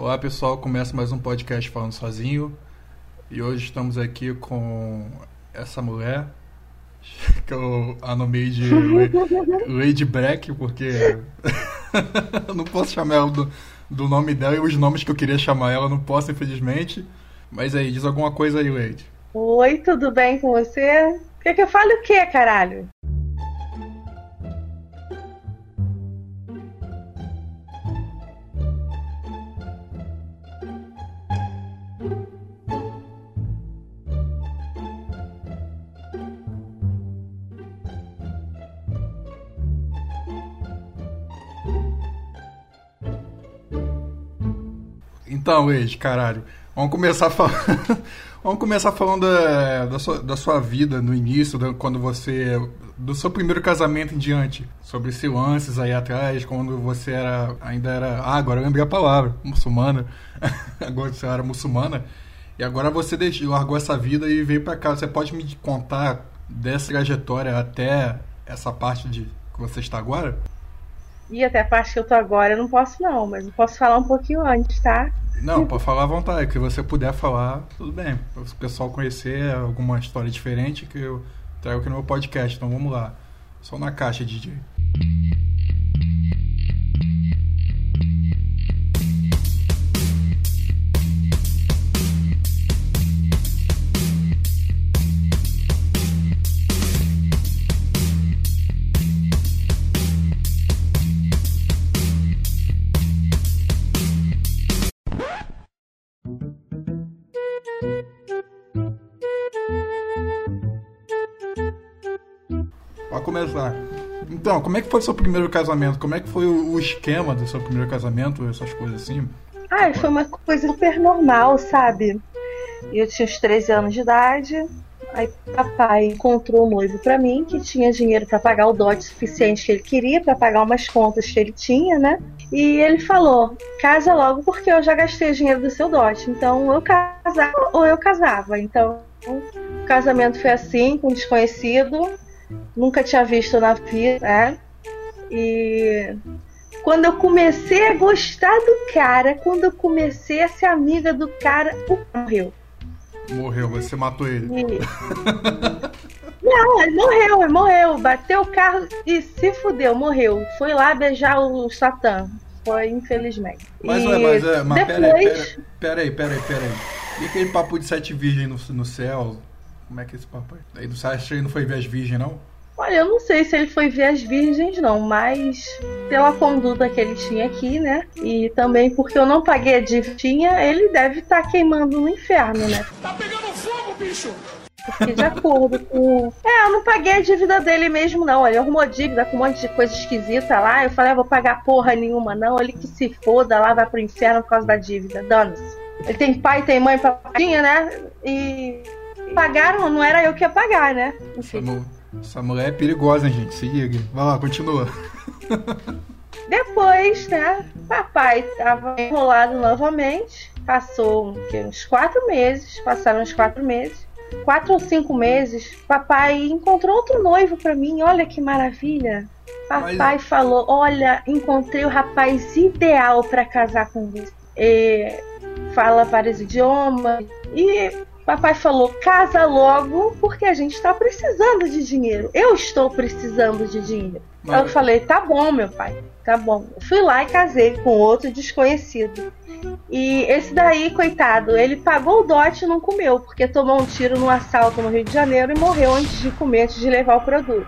Olá pessoal, começa mais um podcast Falando Sozinho. E hoje estamos aqui com essa mulher que eu a nomeei de Lady Black, porque eu não posso chamar ela do nome dela, e os nomes que eu queria chamar ela eu não posso, infelizmente. Mas aí, diz alguma coisa aí, Lady. Oi, tudo bem com você? Quer que eu fale o quê, caralho? Então, Lady, caralho, vamos começar falando, vamos começar falando da sua vida no início, quando você, do seu primeiro casamento em diante, sobre esses lances aí atrás, quando você agora eu lembrei a palavra, muçulmana, agora você era muçulmana, e agora você largou essa vida e veio pra cá. Você pode me contar dessa trajetória até essa parte que você está agora? E até a parte que eu tô agora eu não posso não, mas eu posso falar um pouquinho antes, tá? Não, pode falar à vontade, que você puder falar, tudo bem. Para o pessoal conhecer alguma história diferente que eu trago aqui no meu podcast. Então vamos lá. Só na caixa, DJ. Pode começar. Então, como é que foi o seu primeiro casamento? Como é que foi o esquema do seu primeiro casamento, essas coisas assim? Foi uma coisa super normal, sabe? Eu tinha uns 13 anos de idade, aí papai encontrou um noivo pra mim que tinha dinheiro pra pagar o dote suficiente que ele queria, pra pagar umas contas que ele tinha, né? E ele falou, casa logo porque eu já gastei o dinheiro do seu dote, então eu casava ou eu casava. Então, o casamento foi assim, com um desconhecido, nunca tinha visto na vida, né? E quando eu comecei a gostar do cara, quando eu comecei a ser amiga do cara, o cara morreu. Morreu, você matou ele. Não, ele morreu. Bateu o carro e se fudeu, morreu. Foi lá beijar o Satã. Foi, infelizmente. Mas depois... peraí. E aquele papo de 7 virgens no céu? Como é que é esse papo aí? Aí do site ele não foi ver as virgens, não? Olha, eu não sei se ele foi ver as virgens, não, mas pela conduta que ele tinha aqui, né? E também porque eu não paguei a dívida, ele deve estar queimando no inferno, né? Tá pegando fogo, bicho! Porque de acordo com... eu não paguei a dívida dele mesmo, não. Ele arrumou dívida com um monte de coisa esquisita lá. Eu falei, vou pagar porra nenhuma, não. Ele que se foda lá, vai pro inferno por causa da dívida. Dane-se. Ele tem pai, tem mãe, papadinha, né? E pagaram, não era eu que ia pagar, né? Essa mulher é perigosa, hein, gente? Se liga. Vai lá, continua. Depois, né? Papai tava enrolado novamente. Passou uns 4 meses. Passaram uns 4 meses. 4 ou 5 meses. Papai encontrou outro noivo pra mim. Olha que maravilha. Papai falou, olha, encontrei o rapaz ideal pra casar com você. Fala vários idiomas. E papai falou, casa logo, porque a gente tá precisando de dinheiro. Eu estou precisando de dinheiro. Eu falei, tá bom, meu pai, tá bom. Fui lá e casei com outro desconhecido. E esse daí, coitado, ele pagou o dote e não comeu, porque tomou um tiro num assalto no Rio de Janeiro e morreu antes de comer, antes de levar o produto.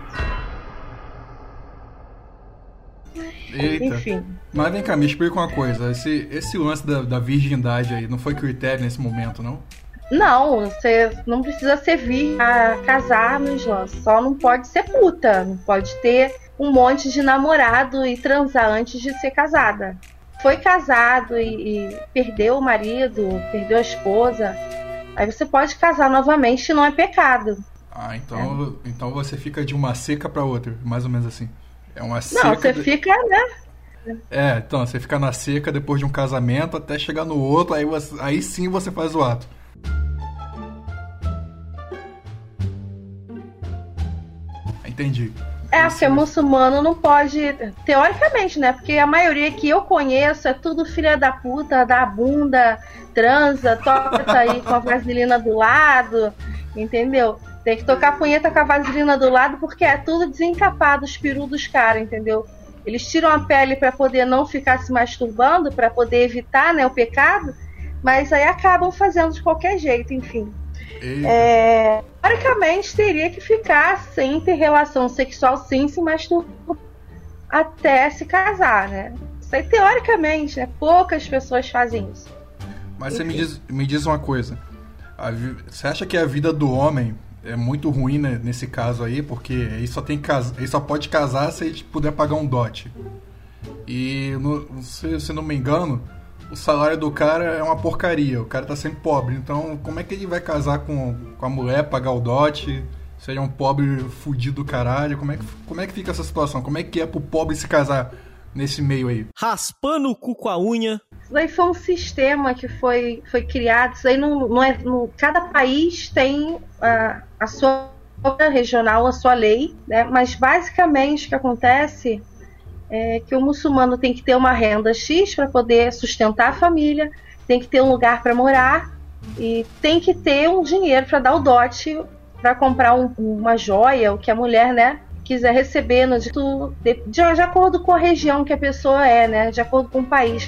Eita. Enfim. Mas vem cá, me explica uma coisa. Esse lance da virgindade aí não foi critério nesse momento, não? Não, você não precisa ser virgem a casar no Islã. Só não pode ser puta. Não pode ter um monte de namorado e transar antes de ser casada. Foi casado e perdeu o marido, perdeu a esposa, aí você pode casar novamente e não é pecado. Então você fica de uma seca pra outra, mais ou menos assim. É uma seca. Não, você fica, né? Então você fica na seca depois de um casamento até chegar no outro, aí sim você faz o ato. Entendi. porque muçulmano não pode, teoricamente, né? Porque a maioria que eu conheço é tudo filha da puta, da bunda, transa, toca aí com a vaselina do lado, entendeu? Tem que tocar punheta com a vaselina do lado porque é tudo desencapado, os perus dos caras, entendeu? Eles tiram a pele para poder não ficar se masturbando, para poder evitar, né, o pecado, mas aí acabam fazendo de qualquer jeito, enfim. Teoricamente teria que ficar sem ter relação sexual, sim, se masturbar até se casar, né? Isso aí teoricamente, né? Poucas pessoas fazem isso. Mas enfim. Você me diz uma coisa. Você acha que a vida do homem é muito ruim, né, nesse caso aí? Porque ele só pode casar se ele puder pagar um dote. E, se não me engano, o salário do cara é uma porcaria. O cara tá sempre pobre. Então, como é que ele vai casar com a mulher, pagar o dote? Se ele é um pobre fudido do caralho. Como é que fica essa situação? Como é que é pro pobre se casar nesse meio aí? Raspando o cu com a unha. Isso daí foi um sistema que foi criado. Isso aí não é. Cada país tem a sua regional, a sua lei, né? Mas basicamente o que acontece é que o muçulmano tem que ter uma renda X para poder sustentar a família, tem que ter um lugar para morar e tem que ter um dinheiro para dar o dote, para comprar uma joia, o que a mulher, né, quiser receber de acordo com a região que a pessoa é, né, de acordo com o país.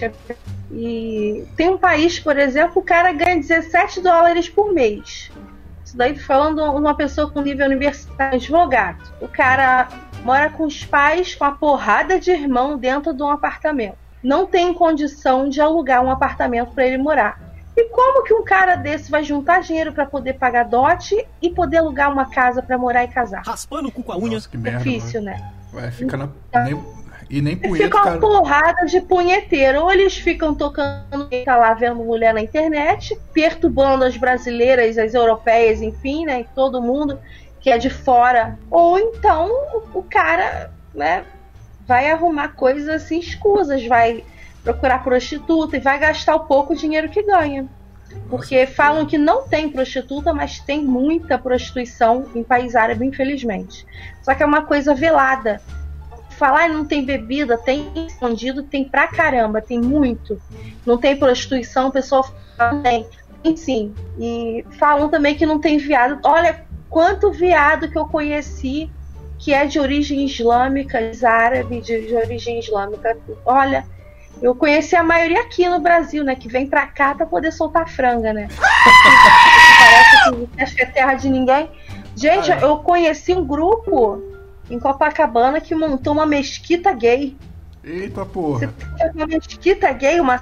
E tem um país, por exemplo, o cara ganha $17 por mês. Isso daí falando de uma pessoa com nível universitário, advogado. O cara mora com os pais, com a porrada de irmão dentro de um apartamento. Não tem condição de alugar um apartamento para ele morar. E como que um cara desse vai juntar dinheiro para poder pagar dote e poder alugar uma casa para morar e casar? Raspando o cu com a unha. Nossa, que merda, difícil, né? Fica na... E nem punheta, fica uma cara. porrada de punheteiro. Ou eles ficam tocando, tá lá vendo mulher na internet, perturbando as brasileiras, as europeias, enfim, né? E todo mundo que é de fora. Ou então o cara, né, vai arrumar coisas assim, escusas, vai procurar prostituta e vai gastar o pouco dinheiro que ganha. Porque falam que não tem prostituta, mas tem muita prostituição em país árabe, infelizmente. Só que é uma coisa velada. Falar não tem bebida, tem escondido, tem pra caramba, tem muito. Não tem prostituição, o pessoal fala, não tem. Tem sim. E falam também que não tem viado. Olha quanto viado que eu conheci que é de origem islâmica, árabe de origem islâmica. Olha, eu conheci a maioria aqui no Brasil, né? Que vem pra cá pra poder soltar franga, né? Parece que acho que é terra de ninguém. Gente, eu conheci um grupo em Copacabana que montou uma mesquita gay. Eita porra. Uma mesquita gay, uma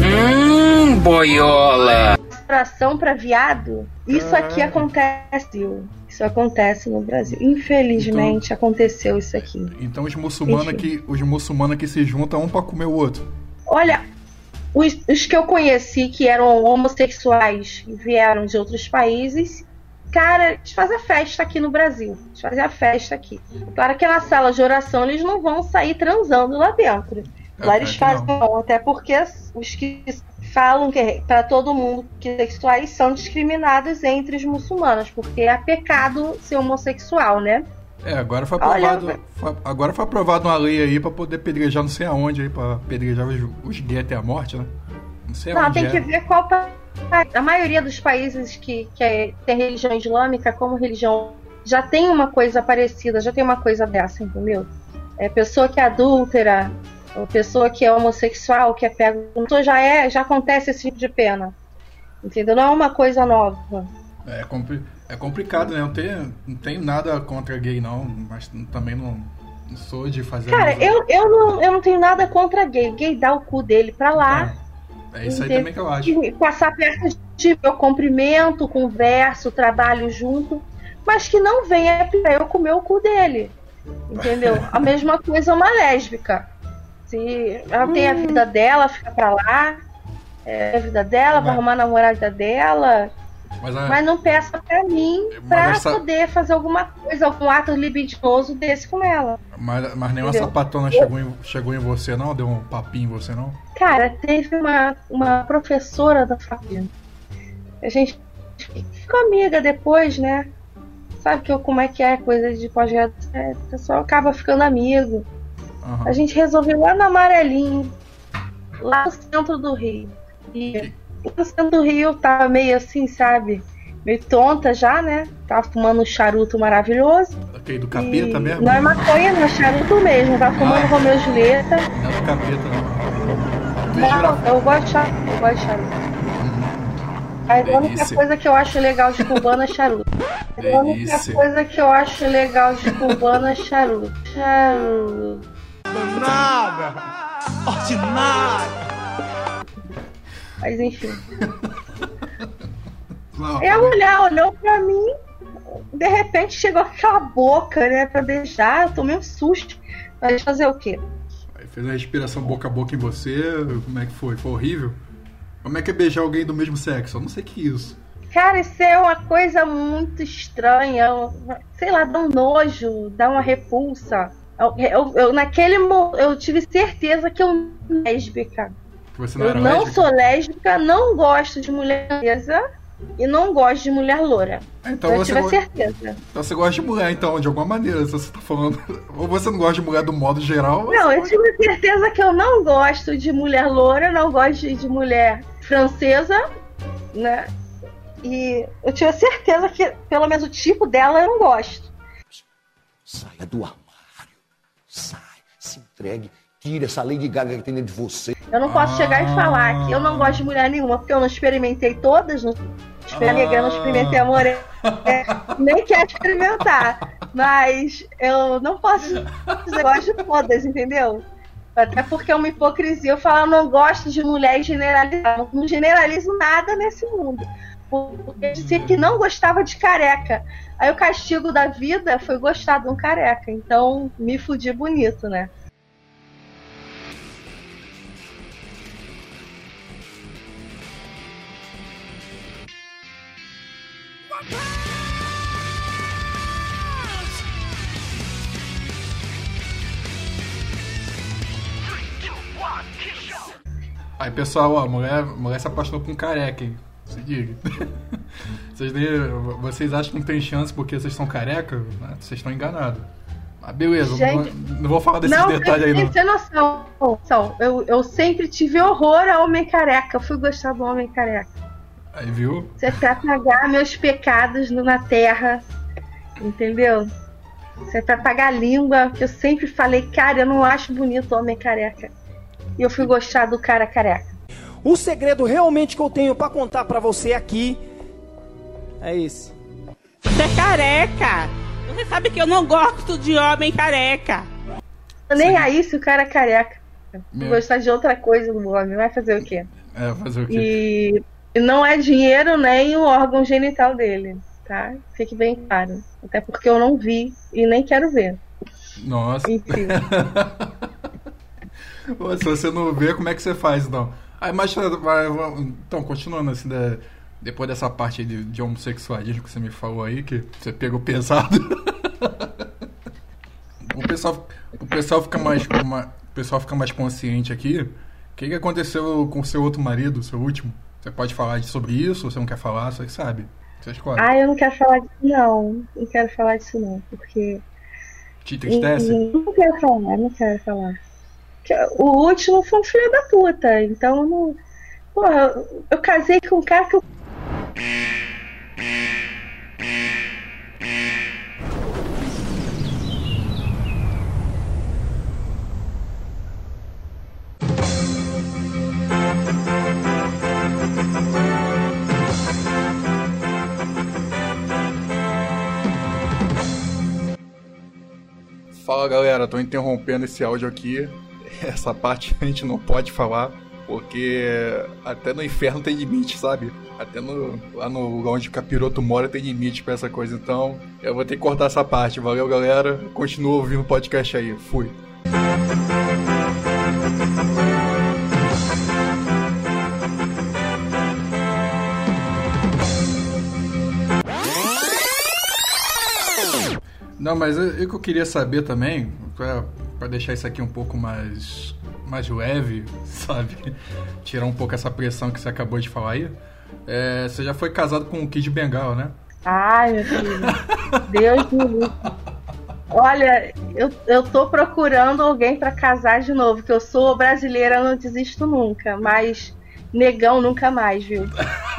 boiola. Oração pra viado. Isso aqui acontece. Isso acontece no Brasil. Infelizmente aconteceu isso aqui. Então os muçulmanos que se juntam um pra comer o outro. Olha, os que eu conheci que eram homossexuais e vieram de outros países, cara, eles fazem festa aqui no Brasil. Eles fazem a festa aqui. Claro que na sala de oração eles não vão sair transando lá dentro. Lá eles fazem, não, até porque os que falam que para todo mundo que sexuais são discriminados entre os muçulmanos, porque é pecado ser homossexual, né? Agora foi aprovado uma lei aí pra poder pedrejar não sei aonde aí, pra pedrejar os gays até a morte, né? Não sei aonde. Não, tem que ver qual a maioria dos países que tem religião islâmica como religião já tem uma coisa parecida, já tem uma coisa dessa, entendeu? Pessoa que é adúltera, ou pessoa que é homossexual, que é pega, já acontece esse tipo de pena, entendeu? Não é uma coisa nova. É complicado, né? Não tenho nada contra gay, não, mas também não sou de fazer... Cara, eu não tenho nada contra gay. Gay dá o cu dele pra lá. É isso aí também que eu acho. Passar perto de eu cumprimento, converso, trabalho junto, mas que não venha pra eu comer o cu dele, entendeu? A mesma coisa uma lésbica. Se ela tem a vida dela, fica pra lá, a vida dela, vai arrumar a namorada dela, mas não peça pra mim pra poder fazer alguma coisa, algum ato libidinoso desse com ela. Mas nenhuma sapatona chegou em você, não? Deu um papinho em você, não? Cara, teve uma professora da faculdade. A gente ficou amiga depois, né? sabe como é que é coisa de pós-graduação? O pessoal acaba ficando amigo. A gente resolveu lá no Amarelinho, lá no centro do Rio. E lá no centro do Rio eu tava meio assim, sabe? Meio tonta já, né? Tava fumando um charuto maravilhoso. Aquele do capeta mesmo? Não é maconha, não é charuto mesmo. Tava fumando Romeu e Julieta. Não é do capeta, não. Não, eu gosto de charuto. Mas a única coisa que eu acho legal de cubano é charuto. A única coisa que eu acho legal de cubano é charuto. Charuto. Nada! Ordinário! Mas enfim. E a mulher olhou pra mim, de repente chegou aquela boca, né, pra beijar. Eu tomei um susto. Mas fazer o quê? Aí fez a respiração boca a boca em você. Como é que foi? Foi horrível? Como é que é beijar alguém do mesmo sexo? Eu não sei o que é isso. Cara, isso é uma coisa muito estranha. Sei lá, dá um nojo, dá uma repulsa. Eu tive certeza que eu não sou lésbica. Que você não era lésbica? Não sou lésbica, não gosto de mulher presa e não gosto de mulher loura. Então eu tive certeza. Então você gosta de mulher, então, de alguma maneira, se você tá falando. Ou você não gosta de mulher do modo geral. Não, eu tive certeza que eu não gosto de mulher loura, não gosto de mulher francesa, né? E eu tive certeza que, pelo menos o tipo dela, eu não gosto. Saia do armário. Sai, se entregue. Tire essa Lady Gaga que tem dentro de você. Eu não posso chegar e falar que eu não gosto de mulher nenhuma, porque eu não experimentei todas, não experimentei a morena, nem quero experimentar. Mas eu não posso dizer que eu gosto de todas, entendeu? Até porque é uma hipocrisia eu falar eu não gosto de mulher e generalizar. Não generalizo nada nesse mundo. Porque eu disse que não gostava de careca. Aí o castigo da vida foi gostar de um careca. Então me fudi bonito, né? Aí, pessoal, ó, a mulher se apaixonou por um careca, hein? Se diga. Vocês acham que não tem chance porque vocês são careca? Vocês estão enganados. Ah, beleza, gente, não vou falar desses detalhes aí, não. Não tem noção. Eu sempre tive horror a homem careca. Eu fui gostar do homem careca. Aí, viu? Você quer pagar meus pecados na terra, entendeu? Você vai pagar a língua, que eu sempre falei, cara, eu não acho bonito o homem careca. E eu fui gostar do cara careca. O segredo realmente que eu tenho pra contar pra você aqui é esse. Você é careca! Você sabe que eu não gosto de homem careca. Nem aí se o cara é careca. Vou gostar de outra coisa do homem. Vai fazer o quê? Fazer o quê? E não é dinheiro nem o órgão genital dele, tá? Fique bem claro. Até porque eu não vi e nem quero ver. Nossa. Enfim. Se você não vê, como é que você faz, então? Aí, mas, então, continuando assim, depois dessa parte de homossexualismo que você me falou aí, que você pegou pesado. o pessoal fica mais consciente aqui. O que aconteceu com o seu outro marido, seu último? Você pode falar sobre isso, ou você não quer falar? Você sabe. Você escolhe. Eu não quero falar disso, não. Não quero falar disso, não, porque... Te entristece? Não quero falar. O último foi um filho da puta, então eu não... Porra, eu casei com um cara que eu... Fala, galera, tô interrompendo esse áudio aqui. Essa parte a gente não pode falar, porque até no inferno tem limite, sabe? Até lá no lugar onde o capiroto mora tem limite pra essa coisa. Então eu vou ter que cortar essa parte. Valeu, galera. Continua ouvindo o podcast aí. Fui. Não, mas o que eu queria saber também, pra deixar isso aqui um pouco mais leve, sabe? Tirar um pouco essa pressão que você acabou de falar aí. Você já foi casado com o Kid Bengala, né? Ai, meu filho. Deus me livre. Olha, eu tô procurando alguém pra casar de novo, que eu sou brasileira, não desisto nunca, mas negão nunca mais, viu?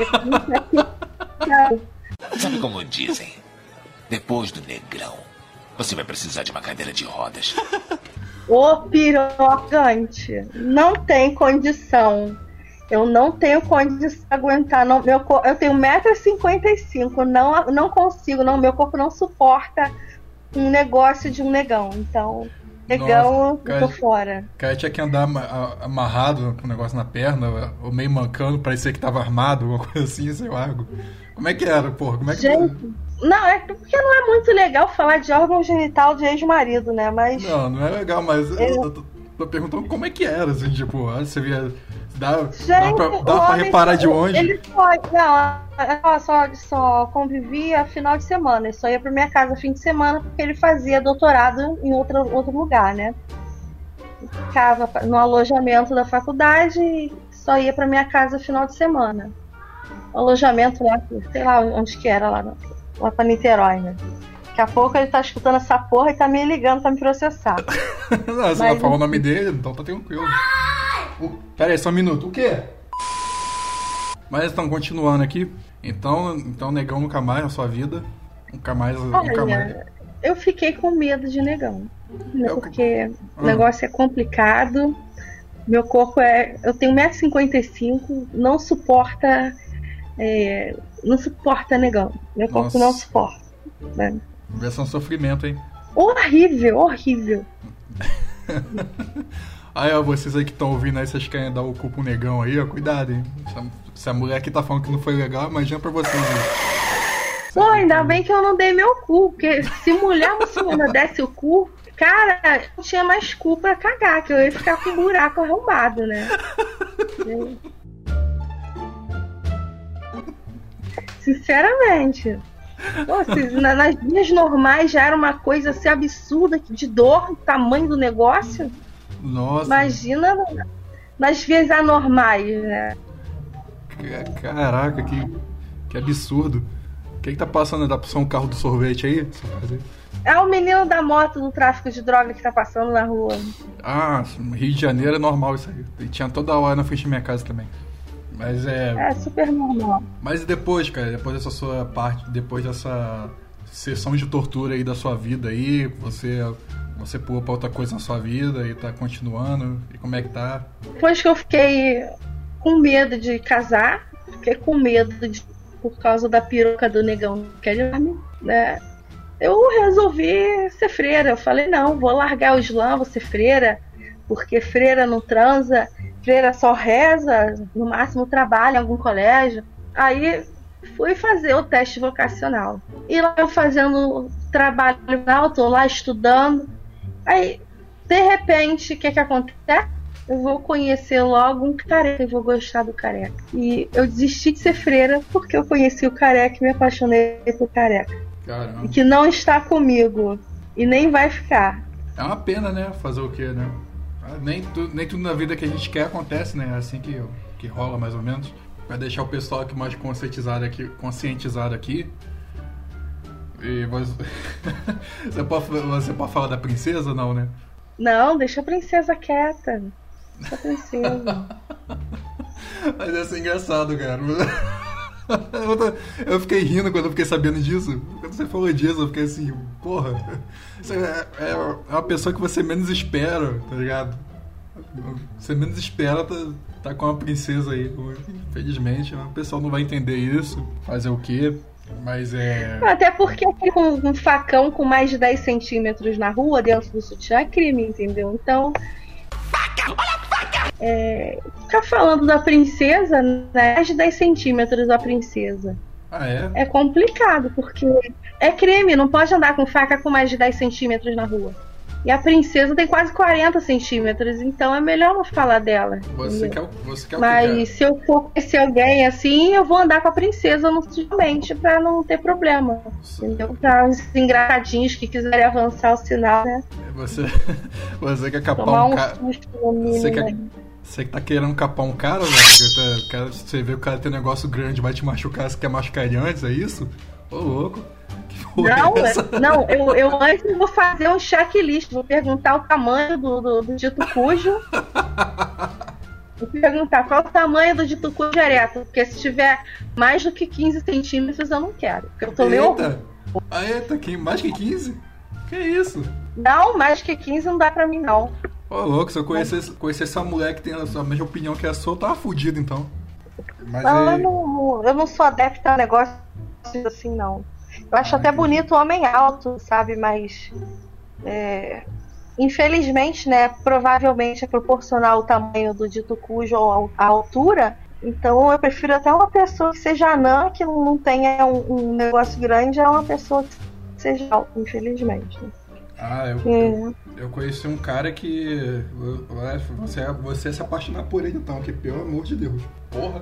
Sabe como dizem? Depois do negrão, você vai precisar de uma cadeira de rodas. Ô pirocante, não tem condição. Eu não tenho condição de aguentar. Não, eu tenho 1,55 m, não consigo, não, meu corpo não suporta um negócio de um negão. Então, negão, eu tô fora. O cara tinha que andar amarrado com o negócio na perna, ou meio mancando, parecia que tava armado, alguma coisa assim, sei lá. Como é que era, porra? Como é que... Gente, não, é porque não é muito legal falar de órgão genital de ex-marido, né? Mas... Não é legal, mas eu tô perguntando como é que era, assim, tipo, você via... Dá pra reparar de longe? Ele só convivia final de semana. Ele só ia pra minha casa fim de semana porque ele fazia doutorado em outro lugar, né? Ficava no alojamento da faculdade e só ia pra minha casa final de semana. O alojamento lá, sei lá onde que era, lá pra Niterói, né? Daqui a pouco ele tá escutando essa porra e tá me ligando pra me processar. Não, você vai falar o nome dele, então tá tranquilo. Pera aí, só um minuto. O quê? Mas então, continuando aqui. Então negão nunca mais na sua vida. Nunca mais. Eu fiquei com medo de negão. Porque o negócio é complicado. Meu corpo eu tenho 1,55 m, não suporta. Não suporta negão. Meu corpo não suporta. Né? Versão sofrimento, hein? Horrível. Aí, ó, vocês aí que estão ouvindo aí, vocês querem dar o cu pro negão aí, ó, cuidado, hein? Se a mulher aqui tá falando que não foi legal, imagina pra vocês aí. Pô, ainda bem que eu não dei meu cu, porque se mulher muçulmana desse o cu, cara, não tinha mais cu pra cagar, que eu ia ficar com um buraco arrombado, né? Sinceramente. Pô, nas vias normais já era uma coisa assim absurda, de dor, o tamanho do negócio. Nossa. Imagina nas vias anormais, né? Caraca, que absurdo. O que tá passando? Dá pra ser um carro do sorvete aí? É o menino da moto do tráfico de droga que tá passando na rua. Ah, Rio de Janeiro é normal isso aí. E tinha toda hora na frente da minha casa também. Mas é super normal. Mas e depois, cara? Depois dessa sua parte, depois dessa sessão de tortura aí da sua vida aí, você pulou pra outra coisa na sua vida e tá continuando? E como é que tá? Depois que eu fiquei com medo de casar, fiquei com medo por causa da peruca do negão que é enorme, né? Eu resolvi ser freira. Eu falei, não, vou largar o Islã, vou ser freira, porque freira não transa, freira só reza, no máximo trabalha em algum colégio. Aí fui fazer o teste vocacional. E lá eu fazendo trabalho, tô lá estudando. Aí, de repente, o que acontece? Eu vou conhecer logo um careca e vou gostar do careca. E eu desisti de ser freira porque eu conheci o careca e me apaixonei por careca. Caramba. E que não está comigo. E nem vai ficar. É uma pena, né? Fazer o quê, né? Nem tudo na vida que a gente quer acontece, né? É assim que rola, mais ou menos. Pra deixar o pessoal aqui mais conscientizado aqui. E você pode falar da princesa ou não, né? Não, deixa a princesa quieta. Deixa a princesa. Mas é assim engraçado, cara. Eu fiquei rindo quando eu fiquei sabendo disso. Quando você falou disso, eu fiquei assim, porra. Você é uma pessoa que você menos espera, tá ligado? Você menos espera tá com uma princesa aí. Infelizmente, o pessoal não vai entender isso. Fazer o quê? Mas até porque com um facão com mais de 10 centímetros na rua, dentro do sutiã, é crime, entendeu? Então. Faca! Olha a faca! Ficar falando da princesa, né? Mais de 10 centímetros da princesa. Ah, é? É complicado, porque é crime, não pode andar com faca com mais de 10 centímetros na rua. E a princesa tem quase 40 centímetros, então é melhor não falar dela. Você quer Mas se eu for conhecer alguém assim, eu vou andar com a princesa justamente pra não ter problema. Entendeu? Pra os engraçadinhos que quiserem avançar o sinal, né? Você quer capar um cara. Você que tá querendo capar um cara, velho? Você vê que o cara tem um negócio grande, vai te machucar, você quer machucar ele antes, é isso? Ô, louco. Que porra Não, é essa? não, eu antes vou fazer um checklist, vou perguntar o tamanho do dito cujo. Vou perguntar qual o tamanho do dito cujo ereto, porque se tiver mais do que 15 centímetros eu não quero, porque eu tô meio... Eita, mais que 15? Que isso? Não, mais que 15 não dá pra mim, não. Ô, louco, se eu conhecesse essa mulher que tem a mesma opinião que a sua, eu tava fudido, então. Mas eu não sou adepta a negócio assim, não. Eu acho até bonito o homem alto, sabe? Mas... infelizmente, né? Provavelmente é proporcional ao tamanho do dito cujo ou à altura. Então eu prefiro até uma pessoa que seja anã, que não tenha um negócio grande, a uma pessoa que seja alta, infelizmente. Eu conheci um cara que... Você se apaixonar por ele, então, que pelo amor de Deus. Porra.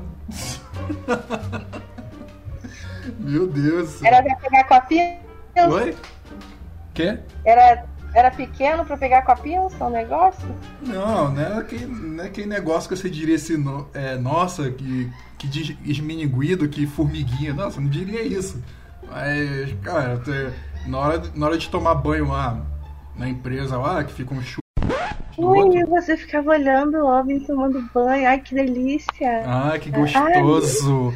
Meu Deus. Era pra pegar copinha? Oi? Quê? Era pequeno pra pegar copinha, o negócio? Não é aquele negócio que você diria assim, nossa, que esminiguido, que formiguinha. Nossa, não diria isso. Mas, cara, na hora de tomar banho lá, na empresa lá, que fica um Ui, você ficava olhando o homem tomando banho. Ai, que delícia. Ah, que gostoso.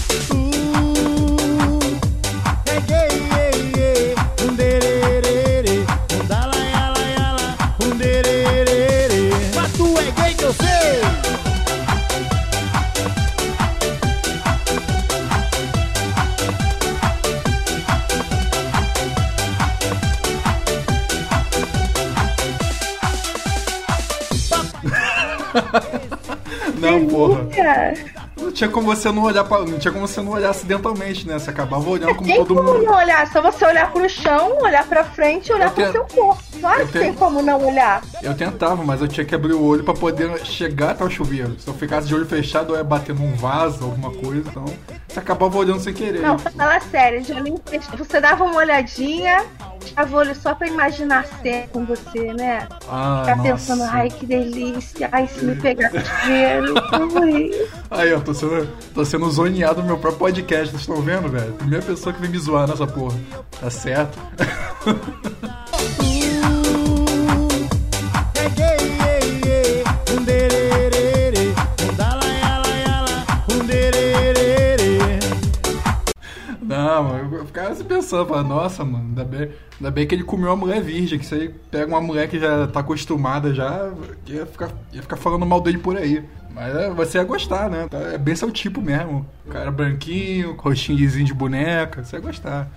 Não, porra. Não tinha como você não olhar acidentalmente, né? Você acabava olhando como todo mundo. Tem como não olhar, só você olhar pro chão, olhar pra frente e olhar pro seu corpo. Claro que tem como não olhar. Eu tentava, mas eu tinha que abrir o olho pra poder chegar até o chuveiro. Se eu ficasse de olho fechado, eu ia bater num vaso, alguma coisa, então você acabava olhando sem querer. Não, fala sério, você dava uma olhadinha, ficava o olho só pra imaginar a cena com você, né? Ficar pensando, ai que delícia, ai se me pegar no chuveiro. Aí, ó, tô sendo zoneado no meu próprio podcast, vocês estão vendo, velho? Primeira pessoa que vem me zoar nessa porra. Tá certo? Não, eu ficava assim pensando, falava, nossa, mano, ainda bem que ele comeu uma mulher virgem, que isso aí pega uma mulher que já tá acostumada já, ia ficar falando mal dele por aí. Mas você ia gostar, né? É bem seu tipo mesmo. Cara branquinho, rostinhozinho de boneca, você ia gostar.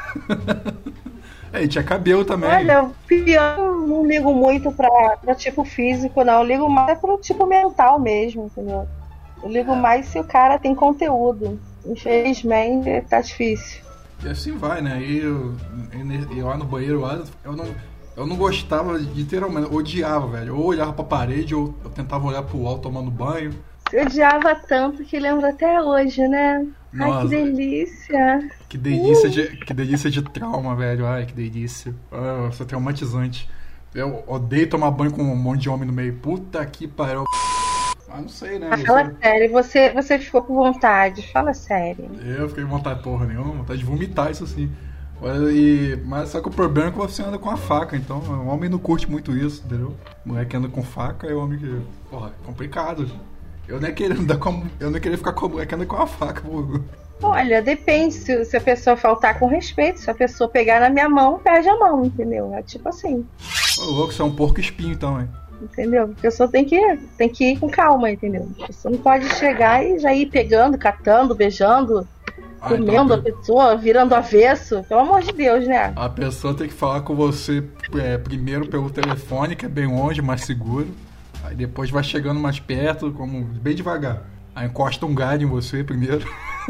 E tinha cabelo também. Olha, eu não ligo muito pra tipo físico, não. Eu ligo mais pro tipo mental mesmo, entendeu? Eu ligo mais se o cara tem conteúdo. Infelizmente, tá difícil. E assim vai, né? E eu lá no banheiro, eu não gostava, literalmente, eu odiava, velho. Eu olhava pra parede, eu tentava olhar pro alto tomando banho. Eu odiava tanto que lembro até hoje, né? Nossa, ai, que delícia. Que delícia de trauma, velho. Ai, que delícia. Isso é traumatizante. Eu odeio tomar banho com um monte de homem no meio. Puta que pariu. Ah, não sei, né? Fala sério, você ficou com vontade. Fala sério. Eu fiquei com vontade porra nenhuma, vontade de vomitar, isso sim. Mas só que o problema é que você anda com a faca, então o homem não curte muito isso, entendeu? Mulher que anda com faca é o homem que... Porra, é complicado. Eu nem queria ficar com a mulher que anda com a faca, pô. Olha, depende, se a pessoa faltar com respeito, se a pessoa pegar na minha mão, perde a mão, entendeu? É tipo assim. Ô, louco, você é um porco espinho então, hein? Entendeu? A pessoa tem que ir com calma, entendeu? A pessoa não pode chegar e já ir pegando, catando, beijando, comendo a pessoa, virando avesso. Pelo amor de Deus, né? A pessoa tem que falar com você primeiro pelo telefone, que é bem longe, mais seguro. Aí depois vai chegando mais perto, bem devagar. Aí encosta um galho em você primeiro.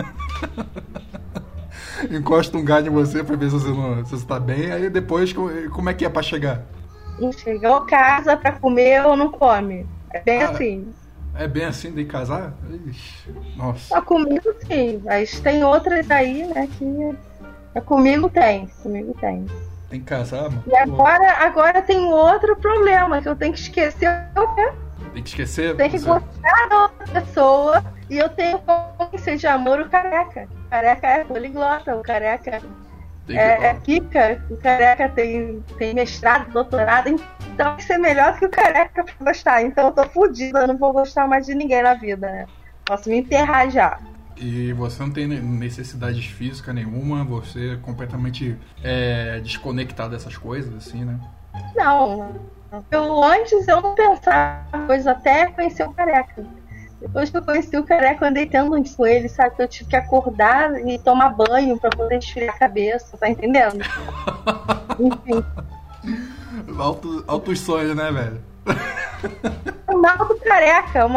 Encosta um galho em você pra ver se você tá bem. Aí depois, como é que é pra chegar? Chegou a casa pra comer ou não come. É bem assim. É bem assim de casar? Ixi, nossa. Comigo sim, mas tem outras aí, né, que comigo tem. Tem que casar, mano? E agora tem outro problema, que eu tenho que esquecer o quê? Tem que esquecer? Tem que gostar da outra pessoa e eu tenho consciência de amor o careca. careca é poliglota, o careca é pica, o careca tem mestrado, doutorado, então tem que ser melhor do que o careca pra gostar. Então eu tô fodida, eu não vou gostar mais de ninguém na vida, né? Posso me enterrar já. E você não tem necessidade física nenhuma, você é completamente desconectado dessas coisas, assim, né? Não. Antes eu não pensava coisa até conhecer o careca. Depois que eu conheci o careca, eu andei tendo isso com ele, sabe? Eu tive que acordar e tomar banho pra poder esfriar a cabeça, tá entendendo? Enfim. Altos sonhos, né, velho? O mal do careca.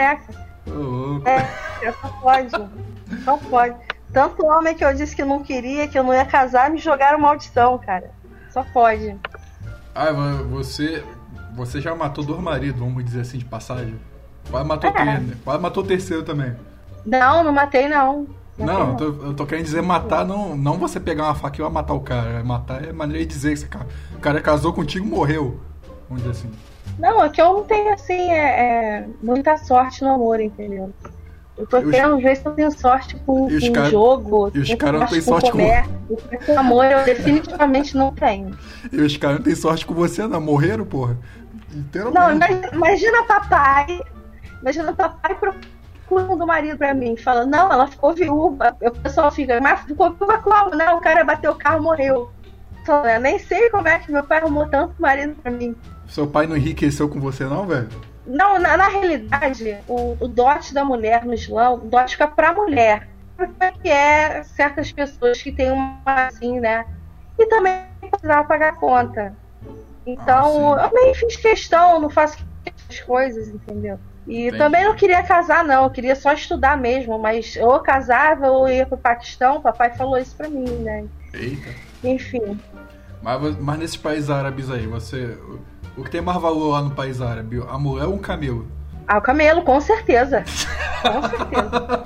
Só pode. Tanto homem que eu disse que não queria, que eu não ia casar, me jogaram maldição, cara. Só pode. Ah, você já matou 2 maridos, vamos dizer assim, de passagem? Quase matou o terceiro também. Não matei, não. Não, eu tô querendo dizer matar, não você pegar uma faca e vai matar o cara. Matar é maneira de dizer que o cara casou contigo e morreu. Vamos dizer assim. Não, é que eu não tenho, assim, muita sorte no amor, entendeu? Eu tô querendo ver se eu tenho sorte com jogo. E os caras não têm sorte com amor, eu definitivamente não tenho. E os caras não têm sorte com você, não. Morreram, porra. Não, imagina papai procurando do marido pra mim, falando, não, ela ficou viúva. O pessoal fica, mas ficou viúva como? Não, o cara bateu o carro e morreu. Então, eu nem sei como é que meu pai arrumou tanto marido pra mim. Seu pai não enriqueceu com você, não, velho? Não, na realidade, o dote da mulher no Islã, o dote fica pra mulher. Porque certas pessoas que têm uma assim, né? E também precisava pagar conta. Então, eu nem fiz questão, não faço as coisas, entendeu? E Entendi. Também não queria casar, não. Eu queria só estudar mesmo. Mas ou casava ou ia pro Paquistão. O papai falou isso pra mim, né? Eita. Enfim. Mas nesses países árabes aí, o que tem mais valor lá no país árabe? A mulher ou um camelo? Ah, o camelo, com certeza. Com certeza.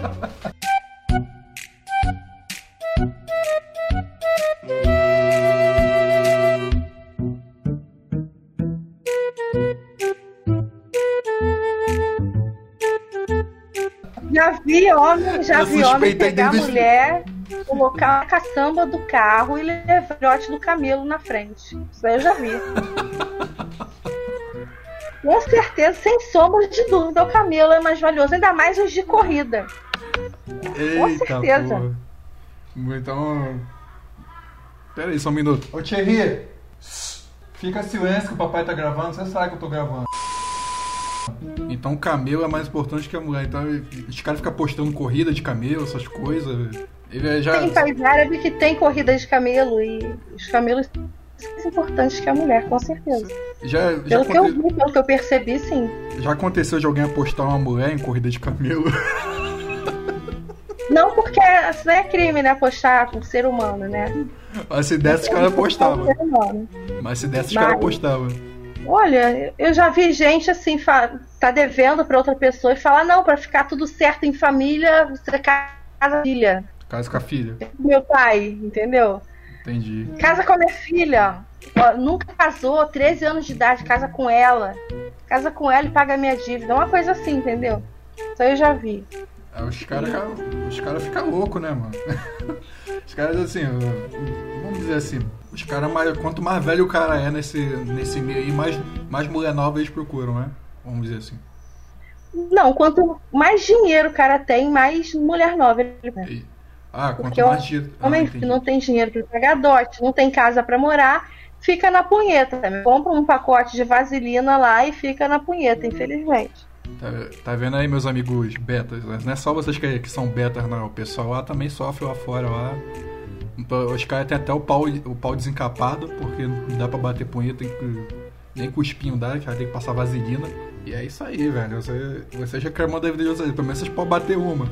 Já vi homem pegar a mulher, colocar a caçamba do carro e levar o filhote do camelo na frente. Isso aí eu já vi. Com certeza, sem sombra de dúvida, o camelo é mais valioso, ainda mais os de corrida. Eita, com certeza. Porra. Então. Pera aí, só um minuto. Ô Thierry, fica silêncio que o papai tá gravando, você sabe que eu tô gravando. Então o camelo é mais importante que a mulher. Então os caras ficam postando corrida de camelo, essas coisas. Tem país árabe que tem corrida de camelo e os camelos são mais importantes que a mulher, com certeza. Pelo que eu vi, pelo que eu percebi, sim. Já aconteceu de alguém apostar uma mulher em corrida de camelo? Não, porque isso não é crime, né? Apostar com ser humano, né? Mas se desse, os caras apostavam. Olha, eu já vi gente assim, tá devendo pra outra pessoa e falar, não, pra ficar tudo certo em família, você casa com a filha. Casa com a filha. Meu pai, entendeu? Entendi. Casa com a minha filha. Ó, nunca casou, 13 anos de idade, casa com ela. Casa com ela e paga a minha dívida. Uma coisa assim, entendeu? Isso aí eu já vi. Os caras ficam loucos, né, mano? Os caras, assim, vamos dizer assim, os caras, quanto mais velho o cara é nesse meio aí, mais mulher nova eles procuram, né? Vamos dizer assim. Não, quanto mais dinheiro o cara tem, mais mulher nova ele tem. Quanto mais dinheiro... Homem que não tem dinheiro pra pagar dote, não tem casa pra morar, fica na punheta. Compra um pacote de vaselina lá e fica na punheta, infelizmente. Tá vendo aí, meus amigos betas? Não é só vocês que são betas, não. O pessoal lá também sofre lá fora. Lá. Os caras têm até o pau desencapado, porque não dá pra bater punheta, nem com o espinho dá, que tem que passar vaselina. E é isso aí, velho. Vocês reclamam da vida de vocês. Pelo menos vocês podem bater uma.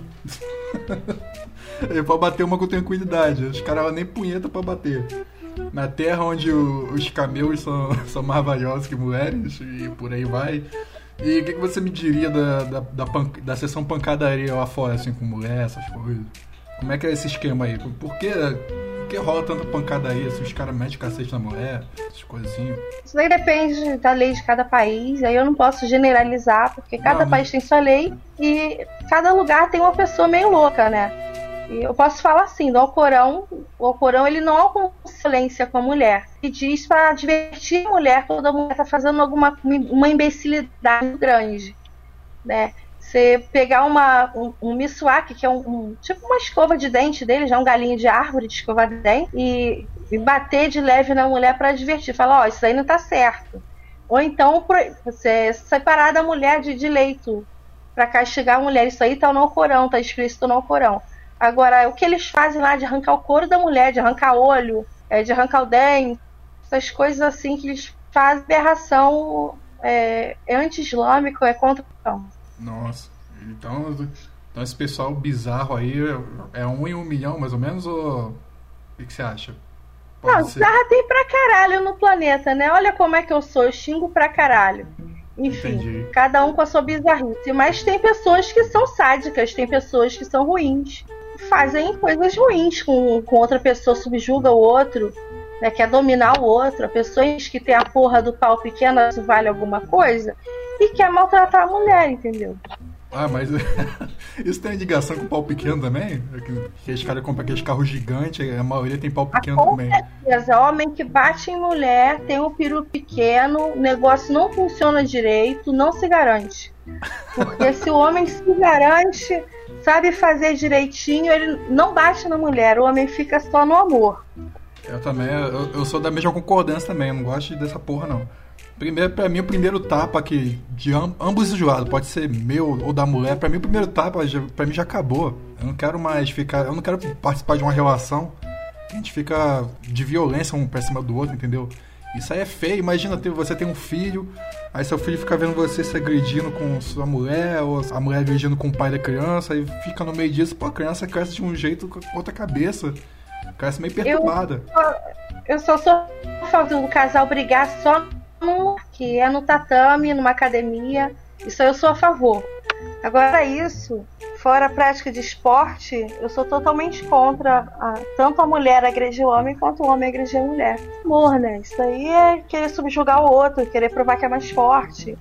Pode bater uma com tranquilidade. Os caras nem punheta pra bater. Na terra onde os camelos são mais valiosos que mulheres, e por aí vai. E o que você me diria da sessão pancadaria lá fora, assim, com mulher, essas coisas? Como é que é esse esquema aí? Por que rola tanta pancadaria, assim, os caras metem cacete na mulher, essas coisas assim? Isso daí depende da lei de cada país, aí eu não posso generalizar, porque cada país tem sua lei e cada lugar tem uma pessoa meio louca, né? E eu posso falar assim, o Alcorão ele não alcança violência com a mulher. E diz para divertir a mulher, toda mulher está fazendo uma imbecilidade muito grande, né? Você pegar um miswak, que é tipo uma escova de dente dele, já um galinho de árvore de escovar de dente, e bater de leve na mulher para divertir. Falar, isso aí não tá certo. Ou então você separar da mulher de leito para castigar a mulher. Isso aí tá no Alcorão, tá explícito no Alcorão. Agora, o que eles fazem lá de arrancar o couro da mulher, de arrancar olho, de arrancar o dente, essas coisas assim que eles fazem, aberração, é anti-islâmico, é contra o Alcorão. Nossa, então esse pessoal bizarro aí é 1 em 1 milhão, mais ou menos, ou o que você acha? Não, bizarra tem pra caralho no planeta, né? Olha como é que eu sou, eu xingo pra caralho. Enfim, Entendi. Cada um com a sua bizarrice. Mas tem pessoas que são sádicas, tem pessoas que são ruins, fazem coisas ruins com outra pessoa, subjuga o outro, né? Quer dominar o outro. A pessoa que tem a porra do pau pequeno, isso vale alguma coisa, e quer maltratar a mulher, entendeu? Ah, mas isso tem ligação com pau pequeno também? Que os caras compram aqueles carros gigantes, a maioria tem pau pequeno com também. certeza, homem que bate em mulher, tem um peru pequeno, o negócio não funciona direito, não se garante. Porque se o homem se garante, sabe fazer direitinho, ele não bate na mulher, o homem fica só no amor. Eu também, eu sou da mesma concordância também, eu não gosto dessa porra não. Primeiro, pra mim, o primeiro tapa que de ambos os lados, pode ser meu ou da mulher, pra mim o primeiro tapa pra mim já acabou. Eu não quero mais eu não quero participar de uma relação que a gente fica de violência um pra cima do outro, entendeu? Isso aí é feio. Imagina, você tem um filho, aí seu filho fica vendo você se agredindo com sua mulher, ou a mulher agredindo com o pai da criança, aí fica no meio disso, pô, a criança cresce de um jeito com outra cabeça, cresce meio perturbada. Eu só sou a favor do casal brigar só que é no tatame, numa academia. Isso eu sou a favor. Agora isso, fora a prática de esporte, eu sou totalmente contra tanto a mulher agredir o homem quanto o homem agredir a mulher. Amor, né? Isso aí é querer subjugar o outro, querer provar que é mais forte,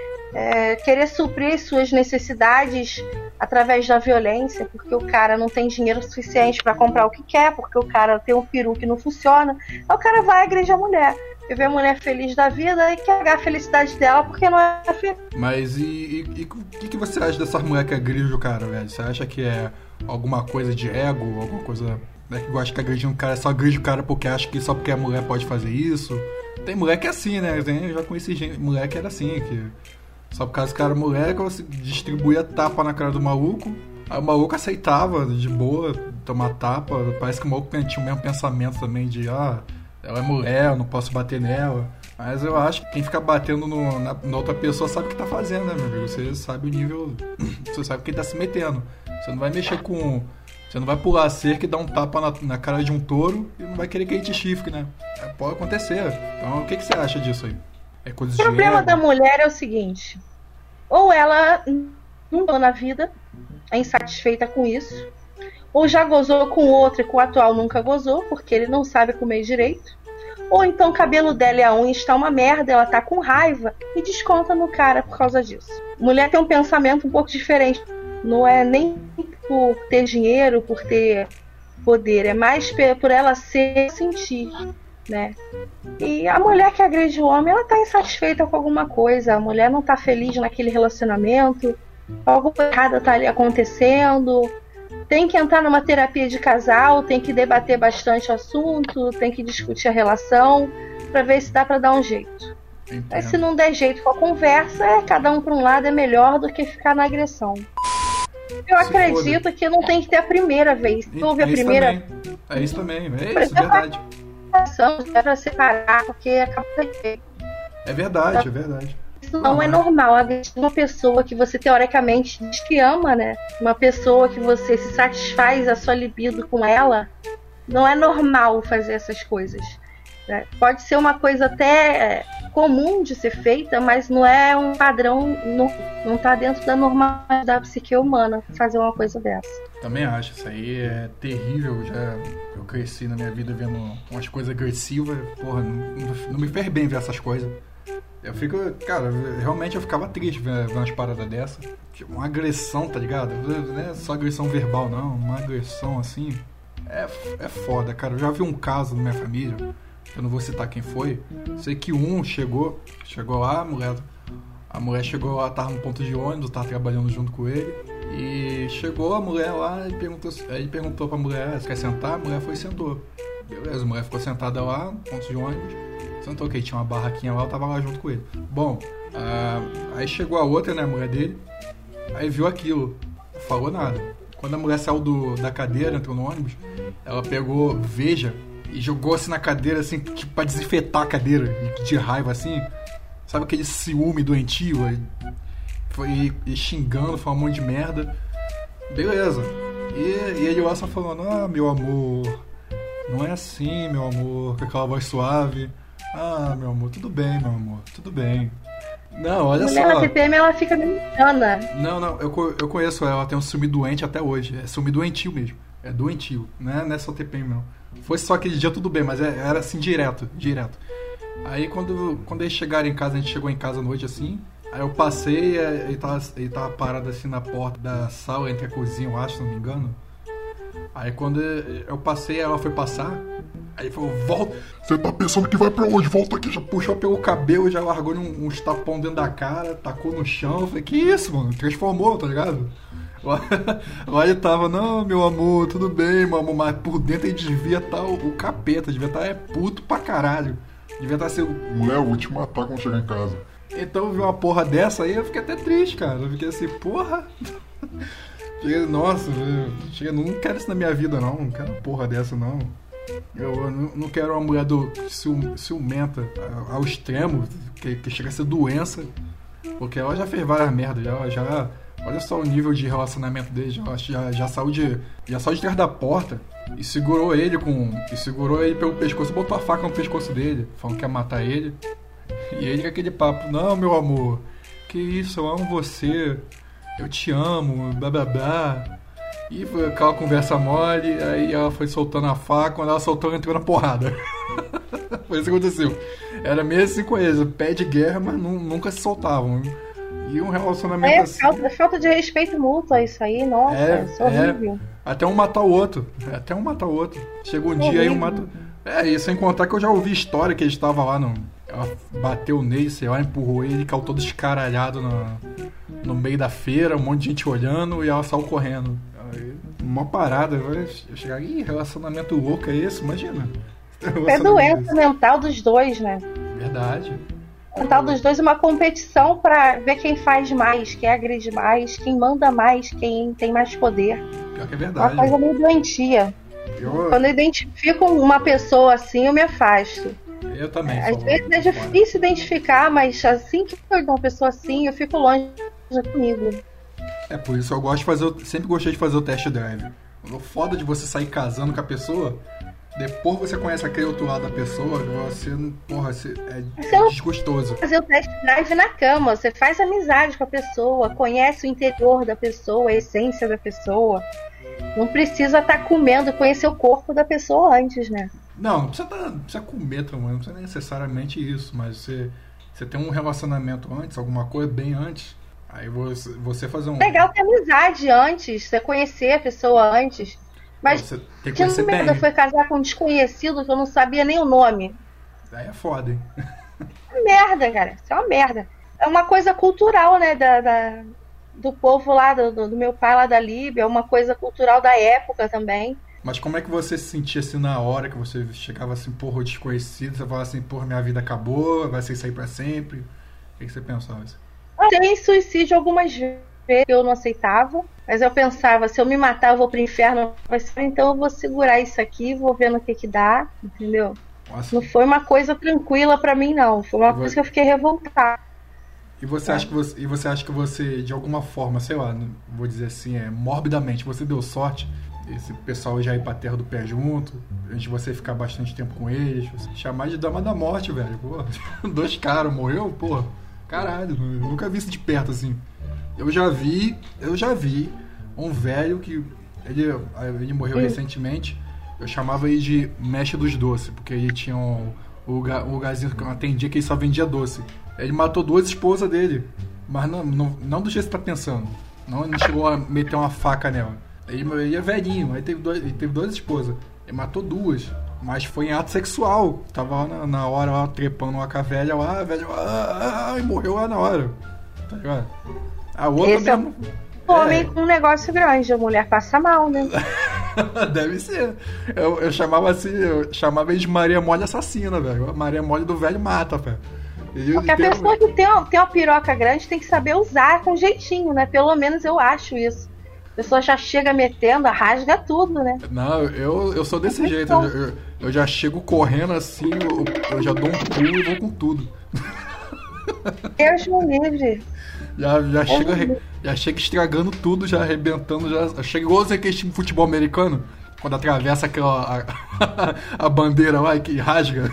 querer suprir suas necessidades através da violência, porque o cara não tem dinheiro suficiente para comprar o que quer, porque o cara tem um peru que não funciona, aí o cara vai agredir a mulher. E ver a mulher feliz da vida e quer a felicidade dela porque não é feliz. Mas e o que você acha dessas mulheres que agridem o cara, velho? Você acha que é alguma coisa de ego, alguma coisa, né, que gosta que agredindo o cara, só agride o cara porque acha que só porque a mulher pode fazer isso? Tem mulher que é assim, né? Eu já conheci mulher que era assim, que só por causa que era mulher, que você distribuía tapa na cara do maluco, aí o maluco aceitava de boa tomar tapa. Parece que o maluco tinha o mesmo pensamento também de ela é mulher, eu não posso bater nela. Mas eu acho que quem fica batendo na outra pessoa sabe o que tá fazendo, né, meu amigo? Você sabe o nível. Você sabe quem tá se metendo. Você não vai mexer com. Você não vai pular a cerca e dar um tapa na cara de um touro e não vai querer que ele te chifre, né? Pode acontecer. Então o que você acha disso aí? É coisa de O problema ego? da mulher é o seguinte: ou ela não na vida, é insatisfeita com isso, ou já gozou com outro e com o atual nunca gozou, porque ele não sabe comer direito. Ou então o cabelo dela e a unha está uma merda, ela tá com raiva e desconta no cara por causa disso. Mulher tem um pensamento um pouco diferente. Não é nem por ter dinheiro, por ter poder, é mais por ela sentir, né? E a mulher que agride o homem, ela tá insatisfeita com alguma coisa. A mulher não tá feliz naquele relacionamento, algo errado tá ali acontecendo. Tem que entrar numa terapia de casal, tem que debater bastante o assunto, tem que discutir a relação para ver se dá para dar um jeito. Entendo. Mas se não der jeito com a conversa, cada um para um lado é melhor do que ficar na agressão. Eu acredito que não tem que ter a primeira vez. Se houve a primeira É isso também, é isso, é verdade. é para separar, porque acaba de É verdade, é verdade. Isso não é normal. Uma pessoa que você teoricamente diz que ama, né? Uma pessoa que você se satisfaz a sua libido com ela, não é normal fazer essas coisas, né? Pode ser uma coisa até comum de ser feita, mas não é um padrão, não tá dentro da normalidade da psique humana fazer uma coisa dessa. Também acho, isso aí é terrível. Eu cresci na minha vida vendo umas coisas agressivas. Porra, não me fez bem ver essas coisas. Eu fico, cara, realmente eu ficava triste vendo umas paradas dessa. Tipo, uma agressão, tá ligado? Não é só agressão verbal, não. Uma agressão assim. É foda, cara. Eu já vi um caso na minha família. Eu não vou citar quem foi. Sei que chegou lá, a mulher chegou lá, tava no ponto de ônibus, tava trabalhando junto com ele. E chegou a mulher lá e ele perguntou pra mulher, você quer sentar? A mulher foi e sentou. Beleza, a mulher ficou sentada lá, no ponto de ônibus. Sentou, que tinha uma barraquinha lá, eu tava lá junto com ele. Bom, aí chegou a outra, né, a mulher dele. Aí viu aquilo, não falou nada. Quando a mulher saiu da cadeira, entrou no ônibus, ela pegou Veja e jogou assim na cadeira, assim, tipo, pra desinfetar a cadeira, de raiva, assim. Sabe aquele ciúme doentio? Foi xingando, falando um monte de merda. Beleza. E ele lá só falando, meu amor, não é assim, meu amor, com aquela voz suave. Meu amor, tudo bem, meu amor, tudo bem. Não, olha só. Ela TPM, ela fica mexicana. Não, eu conheço ela tem um ciúme doente até hoje. É ciúme doentio mesmo. É doentio, não é só TPM, não. Foi só aquele dia tudo bem, mas era assim direto. Aí quando eles chegaram em casa, a gente chegou em casa à noite assim. Aí eu passei, ele tava parado assim na porta da sala, entre a cozinha, eu acho, se não me engano. Aí quando eu passei, ela foi passar. Aí ele falou, volta. Você tá pensando que vai pra onde? Volta aqui. Já puxou pelo cabelo, já largou uns tapão dentro da cara, tacou no chão. Eu falei, que isso, mano? Transformou, tá ligado? Lá ele tava, não, meu amor, tudo bem, meu amor. Mas por dentro ele devia estar o capeta, devia estar puto pra caralho. Devia estar assim, mulher, eu vou te matar quando chegar em casa. Então eu vi uma porra dessa aí, eu fiquei até triste, cara. Eu fiquei assim, porra. Nossa, eu não quero isso na minha vida, não quero uma porra dessa, não. Eu não quero uma mulher ciumenta ao extremo, que chega a ser doença. Porque ela já fez várias merdas, já olha só o nível de relacionamento dele, já saiu de trás da porta e segurou ele pelo pescoço, botou a faca no pescoço dele, falando que ia matar ele. E ele com aquele papo, não, meu amor, que isso, eu amo você, eu te amo, blá blá blá. E foi aquela conversa mole, aí ela foi soltando a faca, quando ela soltou, ela entrou na porrada. Foi isso que aconteceu. Era mesmo assim com eles, pé de guerra, mas nunca se soltavam. E um relacionamento assim... Falta de respeito mútuo, isso aí, nossa, isso é horrível. Até um matar o outro. Chega um dia aí um mata... E sem contar que eu já ouvi história que ele estava lá ela bateu nele, sei lá, empurrou ele, caiu todo escaralhado no meio da feira, um monte de gente olhando e ela saiu correndo. Aí, uma parada, vai chegar, relacionamento louco é esse? Imagina. É doença mental dos dois, né? Verdade. Mental dos dois é uma competição pra ver quem faz mais, quem agride mais, quem manda mais, quem tem mais poder. Pior que é verdade. Uma coisa meio doentia. Quando eu identifico uma pessoa assim, eu me afasto. Eu também. Às vezes é difícil identificar, mas assim que eu dou uma pessoa assim, eu fico longe comigo. Por isso eu sempre gostei de fazer o test drive. O foda de você sair casando com a pessoa, depois você conhece aquele outro lado da pessoa, é desgostoso. Fazer o test drive na cama, você faz amizade com a pessoa, conhece o interior da pessoa, a essência da pessoa. Não precisa estar comendo, conhecer o corpo da pessoa antes, né? Não precisa comer também, não precisa necessariamente isso, mas você tem um relacionamento antes, alguma coisa bem antes, aí você fazer um... Legal ter amizade antes, você conhecer a pessoa antes, mas você tem que conhecer bem. Merda foi casar com um desconhecido que eu não sabia nem o nome. Aí é foda, hein? É merda, cara, isso é uma merda. É uma coisa cultural, né, do povo lá, do meu pai lá da Líbia, é uma coisa cultural da época também. Mas como é que você se sentia assim na hora que você chegava assim, porra, desconhecido, você falava assim, porra, minha vida acabou, vai ser isso aí pra sempre? O que você pensava assim? Eu tenho suicídio algumas vezes que eu não aceitava, mas eu pensava, se eu me matar eu vou pro inferno, então eu vou segurar isso aqui, vou ver no que dá, entendeu? Nossa. Não foi uma coisa tranquila pra mim, não, foi uma coisa que eu fiquei revoltada. E você acha que você, de alguma forma, sei lá, vou dizer assim, morbidamente, você deu sorte, esse pessoal já ir pra terra do pé junto, antes de você ficar bastante tempo com eles, você chamar de dama da morte, velho, pô, 2 caras, morreu, pô, caralho, nunca vi isso de perto, assim. Eu já vi um velho que, ele morreu recentemente, eu chamava ele de mestre dos doces, porque ele tinha o lugarzinho que eu atendia, que ele só vendia doce. Ele matou 2 esposas dele. Mas não do jeito que você tá pensando. Não, ele chegou a meter uma faca nela. Ele é velhinho, aí ele teve 2 esposas. Ele matou 2. Mas foi em ato sexual. Tava lá na hora, lá, trepando lá com a velha lá, a velha e morreu lá na hora. Tá ligado? A outra Esse mesmo. Homem com um negócio grande, a mulher passa mal, né? Deve ser. Eu chamava assim, ele de Maria Mole assassina, velho. A Maria Mole do velho mata, velho. Porque a pessoa que tem uma piroca grande tem que saber usar com jeitinho, né? Pelo menos eu acho isso. A pessoa já chega metendo, rasga tudo, né? Não, eu sou desse jeito. Eu já chego correndo assim, eu já dou um pulo e vou com tudo. Deus me livre. Já chega estragando tudo, já arrebentando, já chega igual aquele time de futebol americano, quando atravessa aquela a bandeira lá que rasga.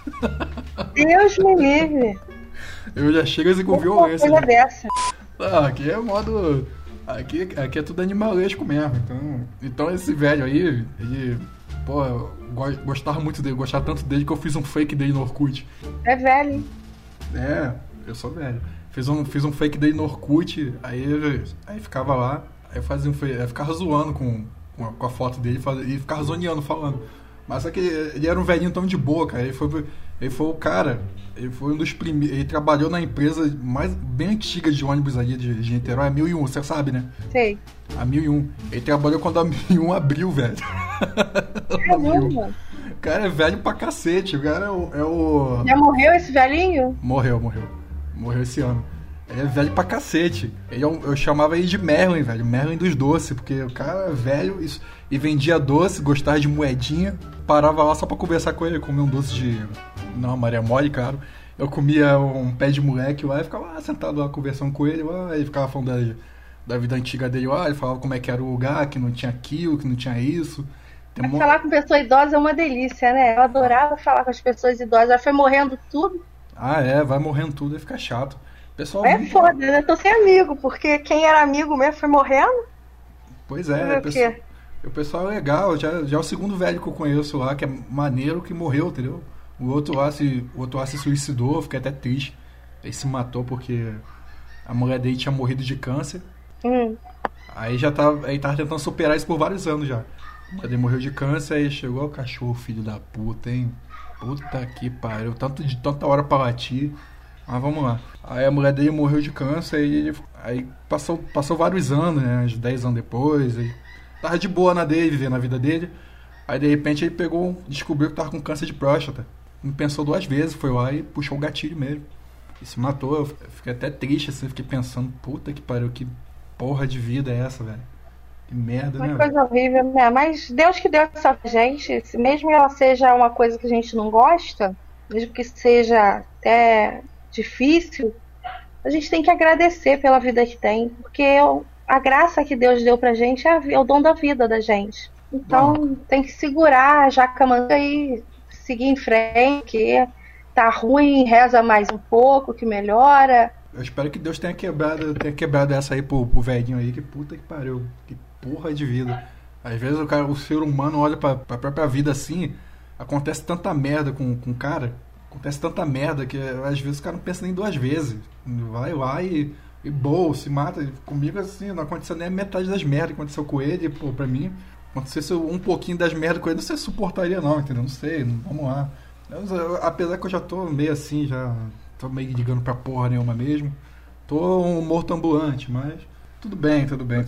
Deus me livre. Eu já chego assim com violência. Coisa dessa. Aqui é modo. Aqui é tudo animalesco mesmo. Então esse velho aí, ele. Pô, eu gostava muito dele, gostava tanto dele que eu fiz um fake dele no Orkut. É velho, hein? É, eu sou velho. Fiz um fake dele no Orkut, aí ficava lá, aí fazia aí ficava zoando com a foto dele e ficava zoneando, falando. Mas só que ele era um velhinho tão de boa, cara. Ele foi o cara, ele foi um dos primeiros. Ele trabalhou na empresa bem antiga de ônibus ali de Niterói, a 1001, você sabe, né? Sei. A 1001. Ele trabalhou quando a 1001 abriu, velho. Caramba. O cara é velho pra cacete. O cara é o. Já morreu esse velhinho? Morreu esse ano. Ele é velho pra cacete. Eu chamava ele de Merlin, velho. Merlin dos doces, porque o cara é velho e vendia doce, gostava de moedinha. Parava lá só pra conversar com ele, comia um doce de... Não, Maria Mole, claro. Eu comia um pé de moleque lá e ficava lá sentado lá conversando com ele. Lá, ele ficava falando da vida antiga dele lá. Ele falava como é que era o lugar, que não tinha aquilo, que não tinha isso. Falar com pessoa idosa é uma delícia, né? Eu adorava falar com as pessoas idosas. Já foi morrendo tudo. Ah, vai morrendo tudo e fica chato. Pessoal, é foda, né? Tô sem amigo, porque quem era amigo mesmo foi morrendo. Pois é, o pessoal é legal. Já é o segundo velho que eu conheço lá, que é maneiro, que morreu, entendeu? O outro lá se suicidou, fiquei até triste. Ele se matou porque a mulher dele tinha morrido de câncer. Aí tava tentando superar isso por vários anos já. A mulher dele morreu de câncer, aí chegou o cachorro, filho da puta, hein? Puta que pariu, tanta hora pra latir. Mas vamos lá. Aí a mulher dele morreu de câncer e aí passou vários anos, né? Uns 10 anos depois. Aí tava de boa na dele, vivendo a vida dele. Aí de repente ele descobriu que tava com câncer de próstata. Não pensou 2 vezes, foi lá e puxou o gatilho mesmo. E se matou. Eu fiquei até triste assim, fiquei pensando, puta que pariu, que porra de vida é essa, velho? Que merda, né? Uma coisa horrível, né? Mas Deus que deu essa pra gente, mesmo que ela seja uma coisa que a gente não gosta, mesmo que seja até difícil, a gente tem que agradecer pela vida que tem, porque a graça que Deus deu pra gente é o dom da vida da gente. Então tem que segurar a jaca-manga e seguir em frente, que tá ruim, reza mais um pouco, que melhora. Eu espero que Deus tenha quebrado essa aí pro velhinho aí, que puta que pariu, que porra de vida. Às vezes o ser humano olha pra própria vida assim, acontece tanta merda com o cara, acontece tanta merda que às vezes o cara não pensa nem 2 vezes. Vai lá e boa, se mata. Comigo assim, não aconteceu nem a metade das merdas que aconteceu com ele, pô, pra mim. Acontecesse um pouquinho das merdas com ele, não sei se suportaria não, entendeu? Não sei, vamos lá. Apesar que eu já tô meio assim, já tô meio ligando pra porra nenhuma mesmo. Tô um morto ambulante, mas tudo bem.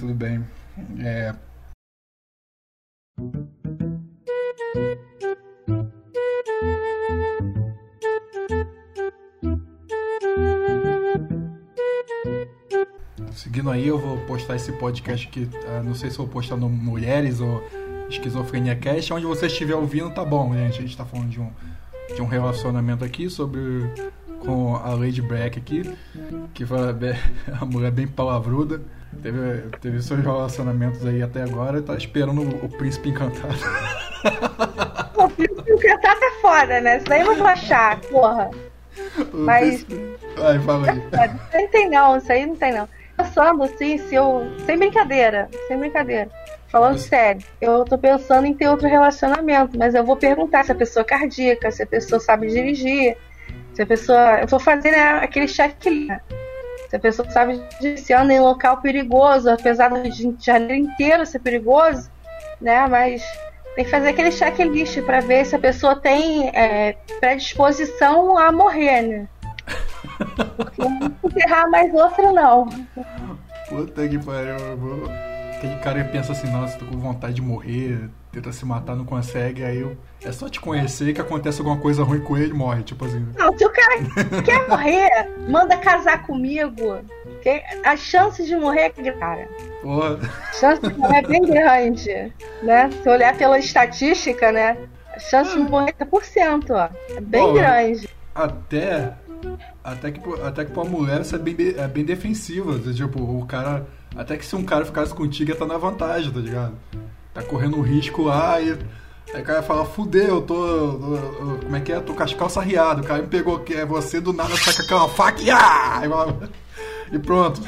Seguindo aí, eu vou postar esse podcast aqui, não sei se eu vou postar no Mulheres ou Esquizofrenia Cast, onde você estiver ouvindo, tá bom, gente. A gente tá falando de um relacionamento aqui com a Lady Black aqui, que foi a mulher bem palavruda, teve seus relacionamentos aí até agora e tá esperando o Príncipe Encantado. O Príncipe Encantado é foda, né? Isso daí eu vou achar, porra. Mas... Vai, fala aí. Isso aí não tem não. pensando assim, se eu. Sem brincadeira. Falando sério, eu tô pensando em ter outro relacionamento, mas eu vou perguntar se a pessoa é cardíaca, se a pessoa sabe dirigir, se a pessoa. Eu vou fazer, né, aquele checklist. Se a pessoa sabe dirigir, se anda em local perigoso, apesar do Rio de Janeiro inteiro ser perigoso, né? Mas tem que fazer aquele checklist pra ver se a pessoa tem predisposição a morrer, né? Porque não vou enterrar mais outra, não. Puta que pariu. Aquele cara que pensa assim, nossa, tô com vontade de morrer, tenta se matar, não consegue, aí é só te conhecer que acontece alguma coisa ruim com ele e morre, tipo assim. Não, se o cara quer morrer, manda casar comigo. A chance de morrer é, cara. Porra. A chance de morrer é bem grande, né? Se olhar pela estatística, né? A chance de morrer é 80%, ó. É bem grande. Até que pra mulher isso é bem defensiva. Tipo, o cara. Até que se um cara ficasse contigo, ia tá na vantagem, tá ligado? Tá correndo um risco lá e. Aí o cara fala, fudeu, eu tô. Como é que é? Tô com as calças riadas. O cara me pegou, que é você, do nada saca aquela faca e pronto.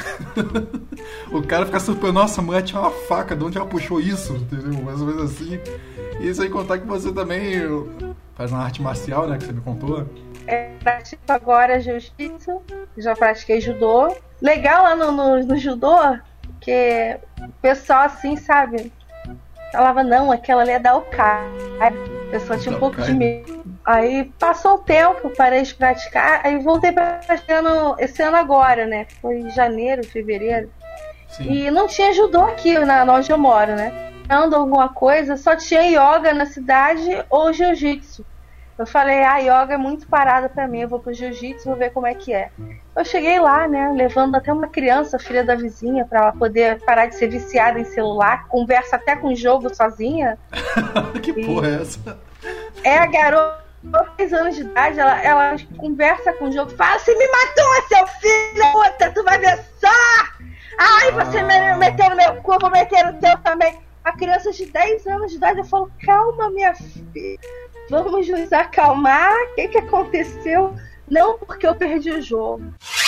O cara fica surpreso, nossa, a mulher tinha uma faca, de onde ela puxou isso? Entendeu? Mais ou menos assim. E sem contar que você também faz uma arte marcial, né? Que você me contou. Pratico agora jiu-jitsu, já pratiquei judô. Legal lá no judô, que o pessoal assim, sabe, falava, não, aquela ali é da Al-Qaeda. A pessoa tinha um pouco de medo. Aí passou o tempo, parei de praticar, aí voltei pra praticar esse ano agora, né? Foi em janeiro, fevereiro. Sim. E não tinha judô aqui onde eu moro, né? Ando alguma coisa, só tinha yoga na cidade ou jiu-jitsu. Eu falei, yoga é muito parada pra mim, eu vou pro jiu-jitsu, vou ver como é que é. Eu cheguei lá, né, levando até uma criança, filha da vizinha, pra ela poder parar de ser viciada em celular, conversa até com o jogo sozinha. Que porra é essa? É a garota, 10 anos de idade, ela conversa com o jogo, fala, você me matou, seu filho, puta, tu vai ver só! Ai, você me meteu no meu cu, vou meter no teu também. A criança de 10 anos de idade, eu falo, calma, minha filha. Vamos nos acalmar. O que aconteceu? Não porque eu perdi o jogo.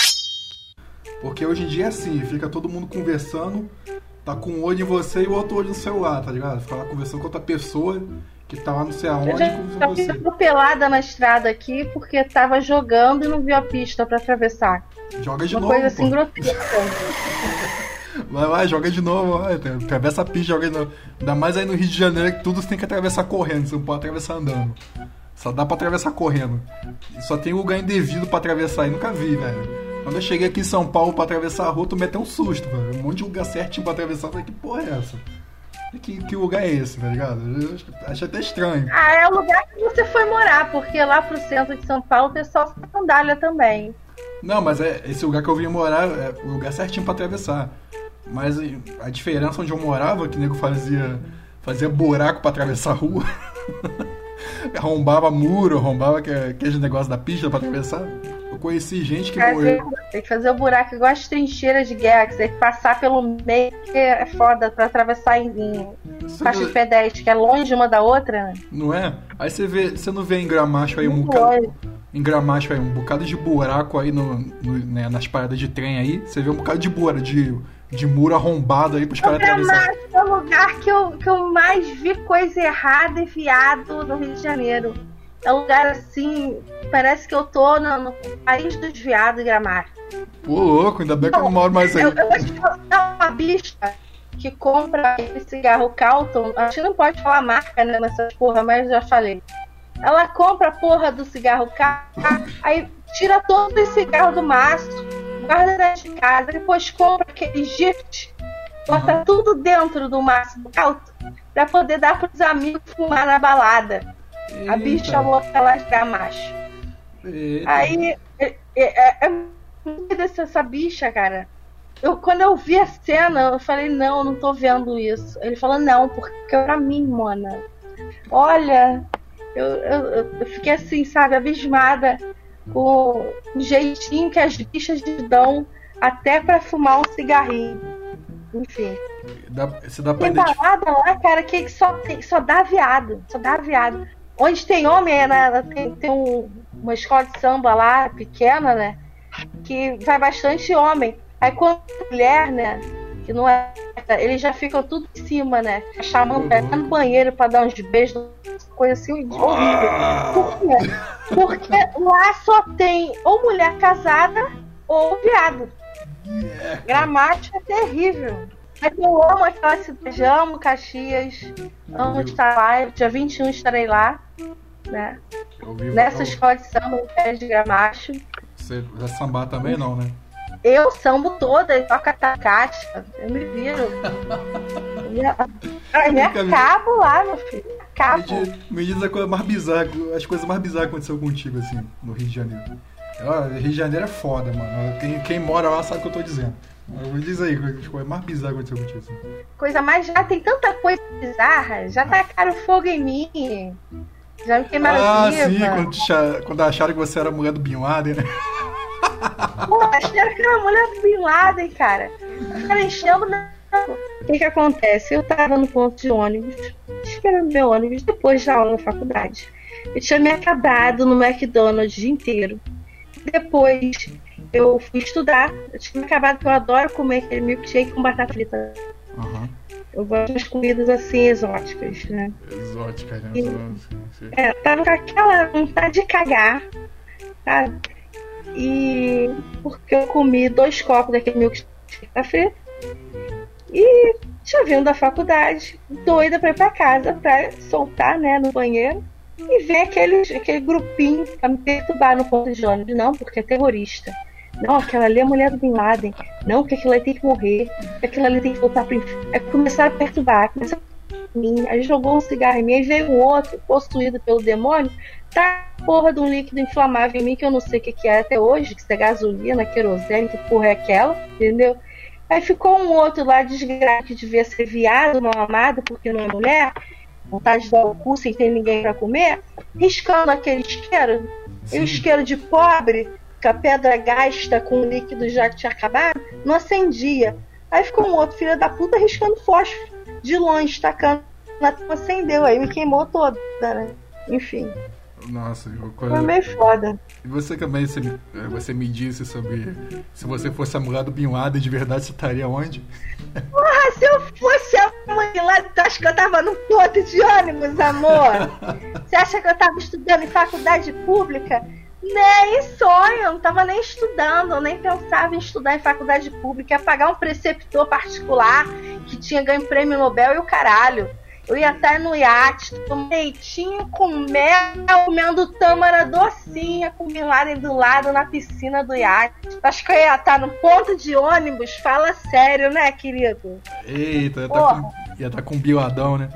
Porque hoje em dia é assim, fica todo mundo conversando, tá com um olho em você e o outro olho no celular, tá ligado? Fica lá conversando com outra pessoa que tá lá não sei aonde, como se eu fui atropelada na estrada aqui porque tava jogando e não viu a pista pra atravessar. Joga de Uma novo. Coisa assim grotesca. Vai lá, joga de novo, atravessa a pista, joga de novo. Ainda mais aí no Rio de Janeiro que tudo você tem que atravessar correndo, você não pode atravessar andando. Só dá pra atravessar correndo. Só tem lugar indevido pra atravessar aí, nunca vi, velho. Quando eu cheguei aqui em São Paulo pra atravessar a rua, tu meteu um susto, velho. Um monte de lugar certinho pra atravessar, eu falei, que porra é essa? Que lugar é esse, tá ligado? Eu achei até estranho. É o lugar que você foi morar, porque lá pro centro de São Paulo o pessoal se sandália também. Não, mas esse lugar que eu vim morar é o lugar certinho pra atravessar. Mas a diferença onde eu morava, que o nego fazia buraco pra atravessar a rua. Arrombava muro, arrombava aqueles negócios da pista pra atravessar. Eu conheci gente que morreu. Tem que fazer o buraco igual as trincheiras de guerra, que você tem que passar pelo meio, que é foda pra atravessar em faixa de pedestre, que é longe uma da outra, né? Não é? Aí você não vê em Gramacho aí um bocado. Em Gramacho aí, um bocado de buraco aí né, nas paradas de trem aí. Você vê um bocado de muro arrombado aí pros caras atravessarem. É o lugar que eu mais vi coisa errada e viado no Rio de Janeiro. É um lugar assim, parece que eu tô no país dos viados, Gramacho. Pô, louco, ainda bem que eu não moro mais aí. Eu acho que uma bicha que compra esse cigarro Calton, acho que não pode falar marca, né, nessas porra, mas eu já falei. Ela compra a porra do cigarro Calton, aí tira todo esse cigarro do maço, guarda dentro de casa, depois compra aquele gift, bota tudo dentro do maço do Calton, pra poder dar pros amigos fumar na balada. A bicha louca, ela é macho. Aí, é muito essa bicha, cara. Quando eu vi a cena, eu falei, não tô vendo isso. Ele falou, não, porque é pra mim, Mona. Olha, eu fiquei assim, sabe, abismada com o jeitinho que as bichas dão até pra fumar um cigarrinho. Enfim. Tem balada lá, cara, que só dá viado. Só dá viado. Onde tem homem, tem uma escola de samba lá, pequena, né? Que vai bastante homem. Aí quando a mulher, né, que não é, eles já ficam tudo em cima, né, chamando pra entrar no banheiro pra dar uns beijos, coisa assim horrível. Por quê? Porque lá só tem ou mulher casada ou viado. Gramática é terrível. Mas eu amo aquela cidade, amo Caxias, amo estar lá. Dia 21 estarei lá, né? Nessa escola de samba, no pé de Gramacho. Você vai sambar também não, né? Eu sambo toda, eu toco a tacate, eu me viro. Eu me acabo lá, meu filho. Acabo. Me diz a coisa mais bizarra, as coisas mais bizarras que aconteceu contigo, assim, no Rio de Janeiro. Rio de Janeiro é foda, mano. Quem mora lá sabe o que eu tô dizendo. Me diz aí, as coisas mais bizarras que aconteceu contigo, assim. Coisa mais já tem tanta coisa bizarra, já tacaram fogo em mim. Já me queimaram viva. Sim, quando acharam que você era a mulher do Bin Laden, né? Pô, acharam que era a mulher do Bin Laden, cara. Os caras enchendo na... O que acontece? Eu tava no ponto de ônibus, esperando meu ônibus depois da aula da faculdade. Eu tinha me acabado no McDonald's o dia inteiro. Depois eu fui estudar. Eu tinha me acabado, porque eu adoro comer aquele milkshake com batata frita. Uhum. Eu gosto das comidas assim exóticas, né? Exóticas, né? Tava com aquela vontade de cagar, sabe? E porque eu comi 2 copos daquele milkshake da frita. E tinha vindo da faculdade, doida pra ir pra casa, pra soltar, né, no banheiro. E ver aquele grupinho pra me perturbar no ponto de ônibus. Não, porque é terrorista. Não, aquela ali é a mulher do Bin Laden. Não, que aquilo ali tem que morrer. Que aquilo ali tem que voltar pro inferno. Aí começaram a perturbar. Aí jogou um cigarro em mim. Aí veio um outro, possuído pelo demônio. Tá porra de um líquido inflamável em mim, que eu não sei o que é até hoje. Que se é gasolina, querosene, que porra é aquela. Entendeu? Aí ficou um outro lá, desgraçado, que devia ser viado, mal amado, porque não é mulher. Vontade de dar o cu sem ter ninguém pra comer, riscando aquele isqueiro. E o isqueiro de pobre, que a pedra gasta com o líquido já que tinha acabado, não acendia. Aí ficou um outro filho da puta riscando fósforo de longe, tacando, não acendeu, aí me queimou toda, né? Enfim. Nossa, foi meio foda. E você também, você me disse sobre se você fosse a mulher do Bin Laden, de verdade você estaria onde? Porra, se eu fosse a mulher lá, tu acha que eu tava no ponto de ônibus, amor? Você acha que eu tava estudando em faculdade pública? Nem sonho, eu não tava nem estudando, eu nem pensava em estudar em faculdade pública, ia pagar um preceptor particular que tinha ganho prêmio Nobel e o caralho. Eu ia estar no iate, tomando leitinho com mel, comendo tâmara docinha com Bin Laden do lado na piscina do iate. Acho que eu ia estar no ponto de ônibus, fala sério, né, querido? Eita, ia estar com um biladão, né?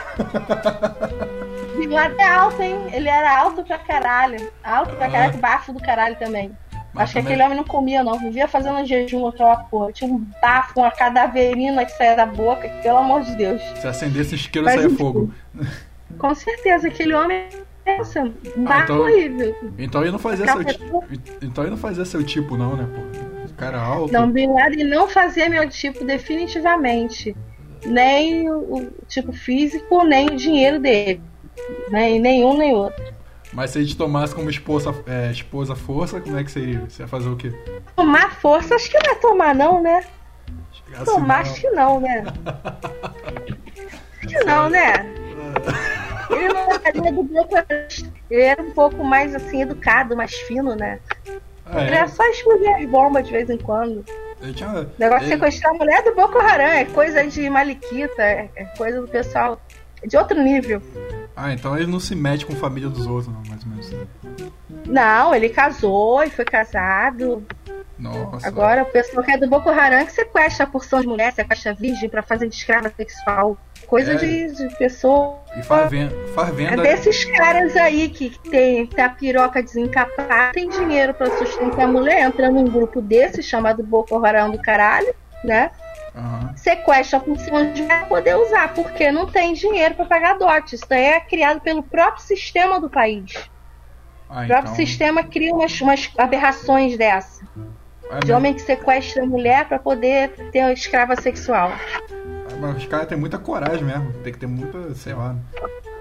Bin Laden é alto, hein? Ele era alto pra caralho. Alto pra caralho, bafo do caralho também. Mas acho que aquele homem não comia, não. Vivia fazendo um jejum aquela porra. Tinha um bafo, uma cadaverina que saía da boca, que, pelo amor de Deus. Se acendesse isqueiro, saia fogo. Com certeza, aquele homem é um bafo horrível. Então ele não fazia seu tipo, não, né, pô? Cara alto. Não, Bin Laden não fazia meu tipo, definitivamente. Nem o tipo físico, nem o dinheiro dele. Nem nenhum, nem outro. Mas se a gente tomasse como esposa força, como é que seria? Você ia fazer o quê? Tomar força, acho que não é tomar não, né? Tomar, acho que não, né? Acho que não, né? Ele não era do bloco, ele era um pouco mais assim, educado, mais fino, né? Ele era só explodir as bombas de vez em quando. O negócio de sequestrar a mulher do Boko Haram é coisa de Maliquita, é coisa do pessoal de outro nível. Ah, então ele não se mete com a família dos outros, não, mais ou menos assim. Não, ele casou e foi casado. Nossa. Agora o pessoal que é do Boko Haram que sequestra a porção de mulher, sequestra virgem pra fazer de escrava sexual. Coisa de pessoa. E faz venda. É desses caras aí que tem a piroca desencapada, tem dinheiro pra sustentar a mulher, entra num grupo desse chamado Boko Haram do caralho, né? Uhum. Sequestra a função de poder usar, porque não tem dinheiro para pagar dote. Isso é criado pelo próprio sistema do país. O próprio sistema cria umas aberrações dessa. De homem que sequestra a mulher para poder ter uma escrava sexual. Mas os caras têm muita coragem mesmo. Tem que ter muita, sei lá.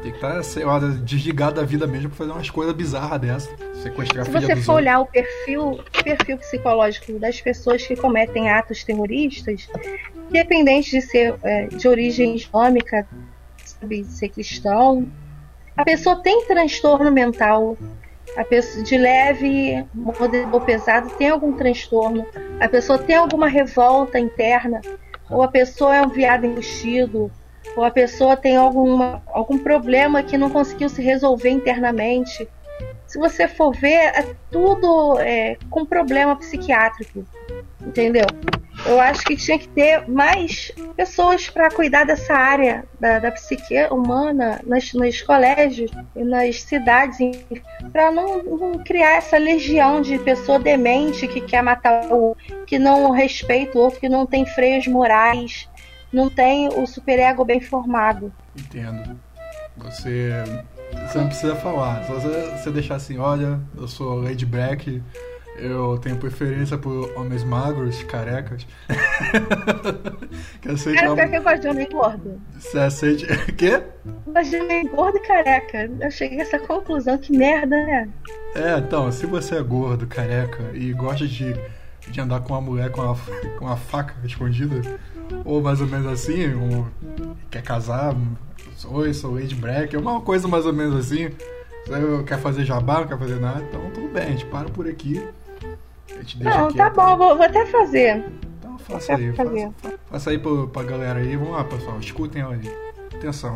Tem que estar, sei lá, desligado da vida mesmo pra fazer umas coisas bizarras dessa. Sequestrar a Se filha você dos for outros. olhar o perfil psicológico das pessoas que cometem atos terroristas, independente de ser de origem islâmica, sabe, ser cristão, a pessoa tem transtorno mental. A pessoa de leve, moderado ou pesado tem algum transtorno. A pessoa tem alguma revolta interna, ou a pessoa é um viado enrustido, ou a pessoa tem algum problema que não conseguiu se resolver internamente. Se você for ver, é tudo com problema psiquiátrico, entendeu? Eu acho que tinha que ter mais pessoas para cuidar dessa área da psique humana nos colégios e nas cidades, para não criar essa legião de pessoa demente que quer matar o que não respeita o outro, que não tem freios morais, não tem o superego bem formado. Entendo. Você não precisa falar. Só você deixar assim, olha, eu sou Lady Black, eu tenho preferência por homens magros, carecas. Que aceita... Cara, que eu gosto de homem gordo. Você aceita... Quê? Eu gosto de homem gordo e careca. Eu cheguei a essa conclusão, que merda, né? Então, se você é gordo, careca e gosta de andar com uma mulher com uma faca escondida, ou mais ou menos assim, quer casar, oi, sou Lady Black, é uma coisa mais ou menos assim, você quer fazer jabá, não quer fazer nada, então tudo bem, a gente para por aqui, a gente deixa Não, aqui. tá bom, vou até fazer. Então faça aí, faça aí pra galera aí, vamos lá pessoal, escutem aí, atenção.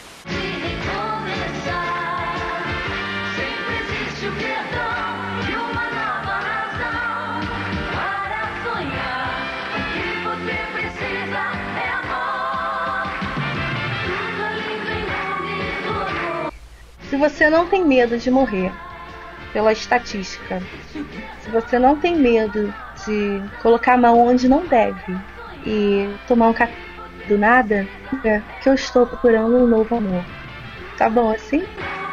Se você não tem medo de morrer, pela estatística, se você não tem medo de colocar a mão onde não deve e tomar um café do nada, é que eu estou procurando um novo amor. Tá bom assim?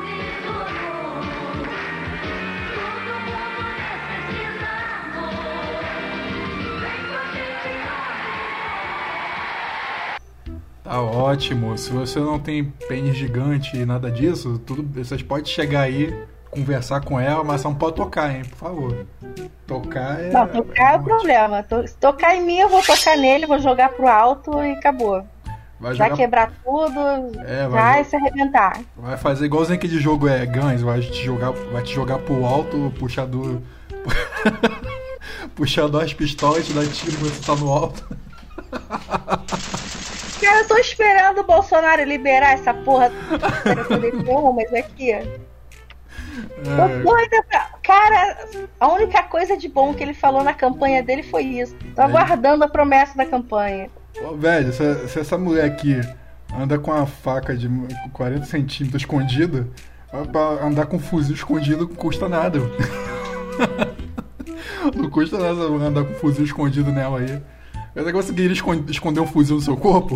Tá ótimo. Se você não tem pênis gigante e nada disso, vocês podem chegar aí, conversar com ela, mas não pode tocar, hein? Por favor. Tocar é... Não, tocar é o problema. Se tocar em mim, eu vou tocar nele, vou jogar pro alto e acabou. Vai quebrar tudo, vai se arrebentar. Vai fazer igualzinho aquele jogo Guns, vai te jogar pro alto, o puxador... puxador as pistolas, te dá tiro quando você tá no alto. Cara, eu tô esperando o Bolsonaro liberar essa porra pra poder ter mas aqui. Tô doida pra... Cara, a única coisa de bom que ele falou na campanha dele foi isso. Tô aguardando a promessa da campanha. Ô, velho, se essa mulher aqui anda com a faca de 40 centímetros escondida, pra andar com um fuzil escondido não custa nada. Não custa nada andar com um fuzil escondido nela aí. Você conseguiria esconder um fuzil no seu corpo?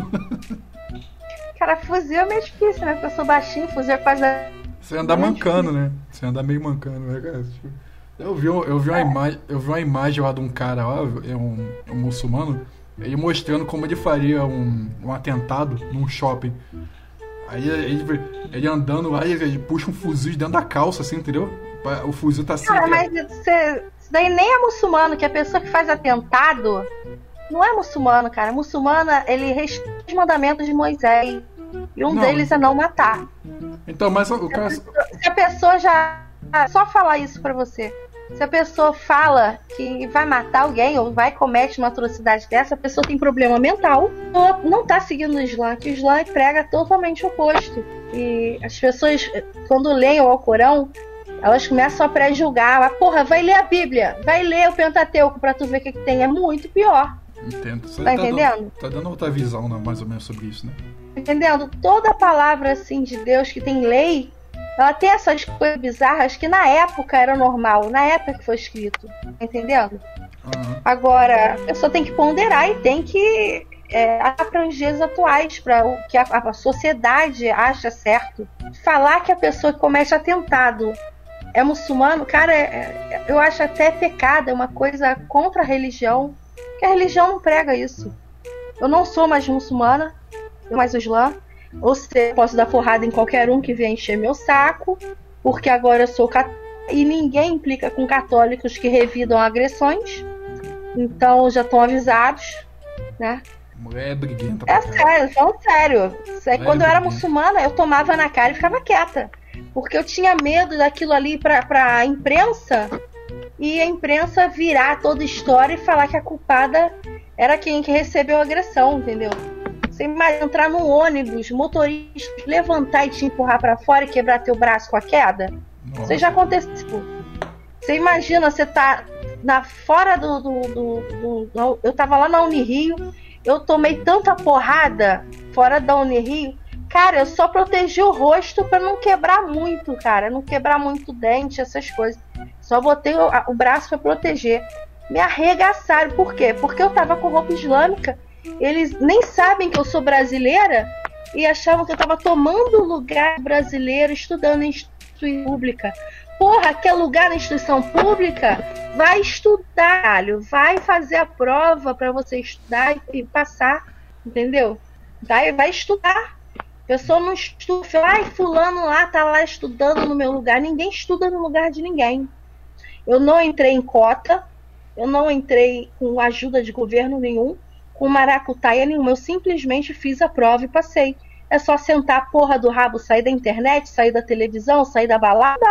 Cara, fuzil é meio difícil, né? Porque eu sou baixinho, fuzil é quase... Você anda mancando, né? Você anda meio mancando, né, cara? Eu vi uma imagem lá de um cara lá, um muçulmano, ele mostrando como ele faria um atentado num shopping. Aí ele andando lá e ele puxa um fuzil dentro da calça, assim, entendeu? O fuzil tá assim. Cara, mas isso daí nem é muçulmano, que a pessoa que faz atentado não é muçulmano, cara. Muçulmano, ele respeita os mandamentos de Moisés. E deles é não matar. Então, mas o cara... Se a pessoa já... Só falar isso pra você. Se a pessoa fala que vai matar alguém ou vai comete uma atrocidade dessa, a pessoa tem problema mental, não tá seguindo o Islã, que o Islã prega totalmente o oposto. E as pessoas, quando leem o Alcorão, elas começam a pré-julgar. Porra, vai ler a Bíblia, vai ler o Pentateuco pra tu ver o que tem. É muito pior. Entendo. Você tá entendendo? Tá dando outra visão, né, mais ou menos, sobre isso, né? Entendendo? Toda palavra assim de Deus que tem lei, ela tem essas coisas bizarras que na época era normal, na época que foi escrito. Entendendo? Uhum. Agora, a pessoa tem que ponderar e tem que para os dias atuais, para o que a sociedade acha certo. Falar que a pessoa que comete atentado é muçulmano, cara, eu acho até pecado, é uma coisa contra a religião, que a religião não prega isso. Eu não sou mais muçulmana, eu mais o Islã, Ou seja, posso dar porrada em qualquer um que vier encher meu saco, porque agora eu sou católica e ninguém implica com católicos que revidam agressões. Então já estão avisados, né? Mulher briguenta. É sério, falando sério. Quando eu era muçulmana, eu tomava na cara e ficava quieta. Porque eu tinha medo daquilo ali pra imprensa, e a imprensa virar toda a história e falar que a culpada era quem que recebeu a agressão, entendeu? Você imagina entrar num ônibus, motorista levantar e te empurrar pra fora e quebrar teu braço com a queda? Nossa. Isso já aconteceu. Você imagina, você tá fora eu tava lá na Unirio, eu tomei tanta porrada fora da Unirio. Cara, eu só protegi o rosto pra não quebrar muito, cara. Não quebrar muito dente, essas coisas. Só botei o braço pra proteger. Me arregaçaram. Por quê? Porque eu tava com roupa islâmica. Eles nem sabem que eu sou brasileira e achavam que eu tava tomando lugar brasileiro estudando em instituição pública. Porra, quer lugar na instituição pública? Vai estudar, caralho. Vai fazer a prova pra você estudar e passar. Entendeu? Vai estudar. A pessoa não estuda, ai, fulano lá tá lá estudando no meu lugar. Ninguém estuda no lugar de ninguém. Eu não entrei em cota, eu não entrei com ajuda de governo nenhum, com maracutaia nenhuma. Eu simplesmente fiz a prova e passei. É só sentar a porra do rabo, sair da internet, sair da televisão, sair da balada.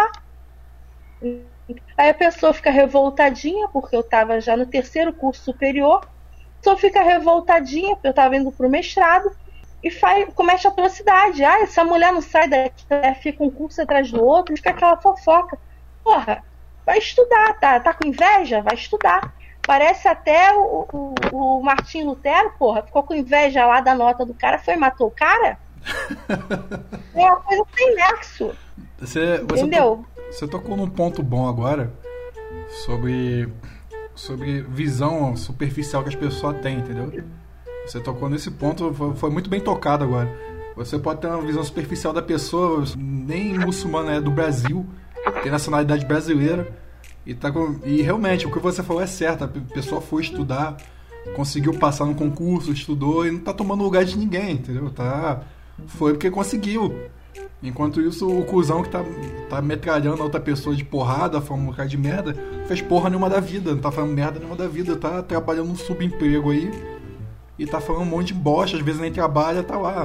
Aí a pessoa fica revoltadinha, porque eu tava já no 3º curso superior. A pessoa fica revoltadinha, porque eu tava indo pro mestrado. E comete a atrocidade. Ah, essa mulher não sai daqui, fica um curso atrás do outro, fica aquela fofoca. Porra, vai estudar, tá com inveja? Vai estudar. Parece até o Martim Lutero, porra, ficou com inveja lá da nota do cara, foi e matou o cara. É uma coisa sem nexo. Entendeu? Você tocou num ponto bom agora sobre visão superficial que as pessoas têm, entendeu? Você tocou nesse ponto, foi muito bem tocado agora. Você pode ter uma visão superficial da pessoa, nem muçulmana é do Brasil, tem nacionalidade brasileira, e realmente o que você falou é certo. A pessoa foi estudar, conseguiu passar no concurso, estudou e não tá tomando lugar de ninguém, entendeu? Foi porque conseguiu. Enquanto isso, o cuzão que tá metralhando a outra pessoa de porrada, falando um bocado de merda, fez porra nenhuma da vida, não tá falando merda nenhuma da vida, tá trabalhando num subemprego aí. E tá falando um monte de bosta, às vezes nem trabalha, tá lá.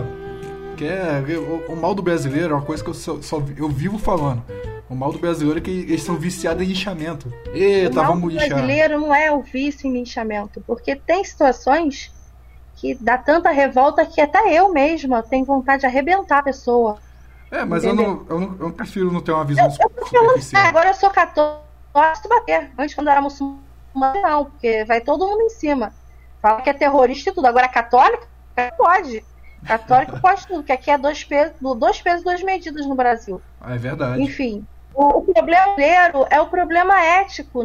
O mal do brasileiro é uma coisa que eu vivo falando. O mal do brasileiro é que eles são viciados em lixamento. Eita, vamos lixar. O mal do brasileiro não é o vício em lixamento, porque tem situações que dá tanta revolta que até eu mesma tenho vontade de arrebentar a pessoa. Mas eu não prefiro não ter uma visão superficial. Agora eu sou católico, posso bater. Antes, quando eu era muçulmana, não, porque vai todo mundo em cima. Fala que é terrorista e tudo. Agora, católico, pode. Católico pode tudo, que aqui é 2 pesos, 2 medidas no Brasil. É verdade. Enfim, o problema é o problema ético,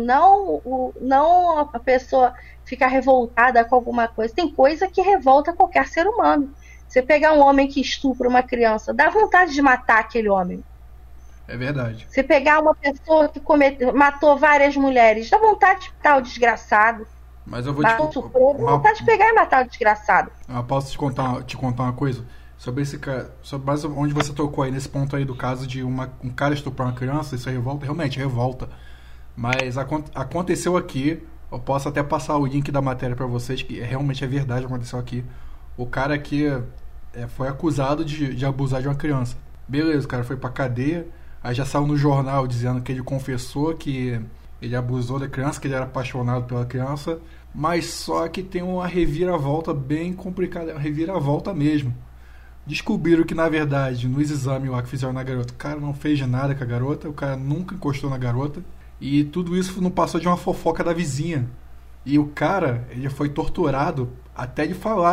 não a pessoa ficar revoltada com alguma coisa. Tem coisa que revolta qualquer ser humano. Você pegar um homem que estupra uma criança, dá vontade de matar aquele homem. É verdade. Você pegar uma pessoa que matou várias mulheres, dá vontade de matar o desgraçado. Mas eu vou vontade de pegar e matar o desgraçado. Posso te contar uma coisa? Sobre esse cara, sobre onde você tocou aí, nesse ponto aí do caso de um cara estuprar uma criança, isso é revolta, realmente é revolta. Mas aconteceu aqui, eu posso até passar o link da matéria pra vocês, que realmente é verdade, aconteceu aqui. O cara aqui foi acusado de abusar de uma criança. Beleza, o cara foi pra cadeia, aí já saiu no jornal dizendo que ele confessou que ele abusou da criança, que ele era apaixonado pela criança, mas só que tem uma reviravolta bem complicada, uma reviravolta mesmo. Descobriram que, na verdade, nos exames lá que fizeram na garota, o cara não fez nada com a garota, o cara nunca encostou na garota, e tudo isso não passou de uma fofoca da vizinha. E o cara, ele foi torturado até de falar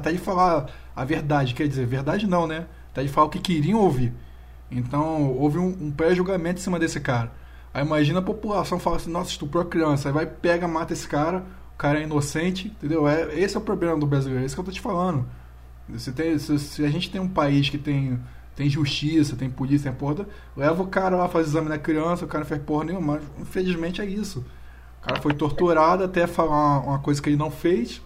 a verdade, quer dizer, verdade não, né? Até de falar o que queriam ouvir. Então, houve um pré-julgamento em cima desse cara. Aí imagina a população fala assim, nossa, estuprou a criança, aí vai, pega, mata esse cara, o cara é inocente, entendeu? Esse é o problema do brasileiro, é isso que eu tô te falando. Se a gente tem um país que tem justiça, tem polícia, tem porra, leva o cara lá, faz exame na criança, o cara não fez porra nenhuma, mas infelizmente é isso. O cara foi torturado até falar uma coisa que ele não fez,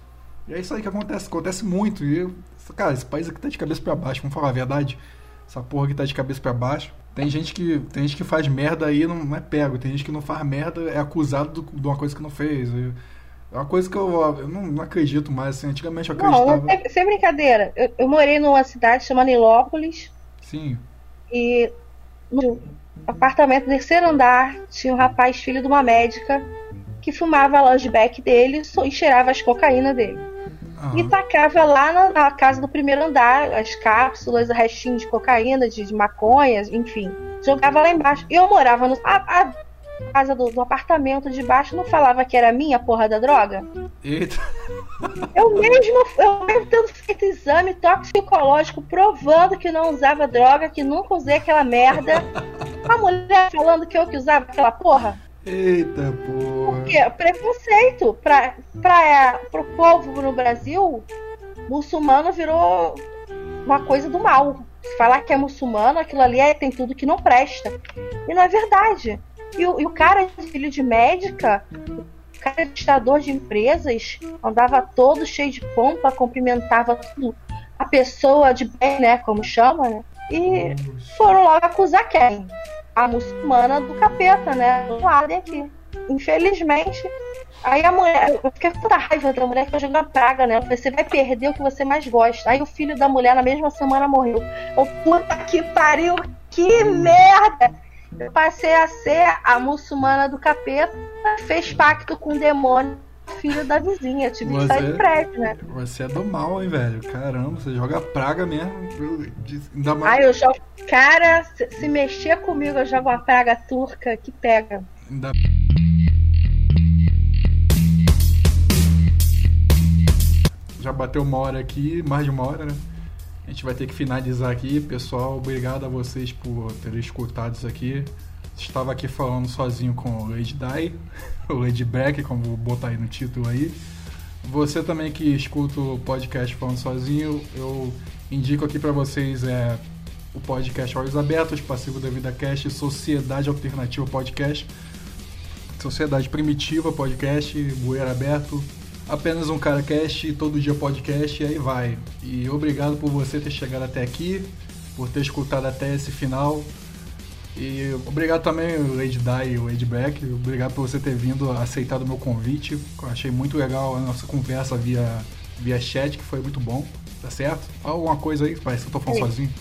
E é isso aí que acontece muito. E, cara, esse país aqui tá de cabeça pra baixo, vamos falar a verdade. Essa porra aqui tá de cabeça pra baixo. Tem gente que faz merda aí e não é pego. Tem gente que não faz merda, é acusado de uma coisa que não fez. É uma coisa que eu não acredito mais. Assim, antigamente eu acreditava. Não, sem brincadeira. Eu morei numa cidade chamada Nilópolis. Sim. E no apartamento do terceiro andar tinha um rapaz, filho de uma médica, que fumava a lunchback dele e cheirava as cocaína dele. E tacava lá na casa do primeiro andar as cápsulas, o restinho de cocaína, de maconha, enfim. Jogava lá embaixo. E eu morava a casa do apartamento de baixo, não falava que era minha porra da droga? Eita. Eu mesmo tendo feito exame toxicológico provando que não usava droga, que nunca usei aquela merda. A mulher falando que eu que usava aquela porra. Eita porra. Porque preconceito pro povo no Brasil, muçulmano virou uma coisa do mal. Se falar que é muçulmano, aquilo ali tem tudo que não presta. E não é verdade. E o cara, filho de médica, o cara administrador de empresas, andava todo cheio de pompa, cumprimentava tudo a pessoa de bem, né, como chama, né? E foram logo acusar quem? A muçulmana do capeta, né? Do lado aqui. Infelizmente, aí a mulher, eu fiquei com tanta raiva da mulher que eu joguei uma praga nela. Falei, você vai perder o que você mais gosta. Aí o filho da mulher na mesma semana morreu. Oh, puta que pariu, que merda! Eu passei a ser a muçulmana do capeta, fez pacto com o demônio, filho da vizinha. Eu tive que sair do prédio, né? Você é do mal, hein, velho? Caramba, você joga praga mesmo. Ainda mais... Aí eu jogo. Cara, se mexer comigo, eu jogo uma praga turca que pega. Ainda... Já bateu uma hora aqui, mais de uma hora, né? A gente vai ter que finalizar aqui. Pessoal, obrigado a vocês por terem escutado isso aqui. Estava aqui falando sozinho com o Lady Di, o Lady Beck, como vou botar aí no título aí. Você também que escuta o podcast Falando Sozinho, eu indico aqui para vocês o podcast Olhos Abertos, Passivo da Vida Cast, Sociedade Alternativa Podcast, Sociedade Primitiva Podcast, Bueiro Aberto, Apenas um Cara Cast, Todo Dia Podcast, e aí vai. E obrigado por você ter chegado até aqui, por ter escutado até esse final. E obrigado também, Lady Di e o Lady Beck. Obrigado por você ter vindo, aceitado o meu convite. Eu achei muito legal a nossa conversa via chat, que foi muito bom. Tá certo? Alguma coisa aí? Parece que eu tô falando sozinho.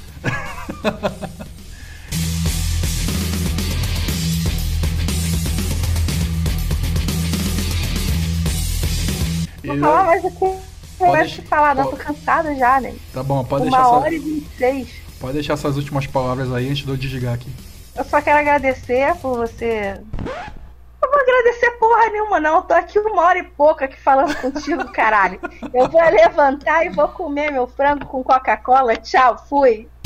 Vou falar mais aqui. Pode falar, não, tô cansada já, né? Tá bom, pode 1 deixar. hora e 26. Pode deixar essas últimas palavras aí antes de eu desligar aqui. Eu só quero agradecer por você. Não vou agradecer porra nenhuma, não. Eu tô aqui 1 hora e pouco aqui falando contigo, caralho. Eu vou levantar e vou comer meu frango com Coca-Cola. Tchau, fui.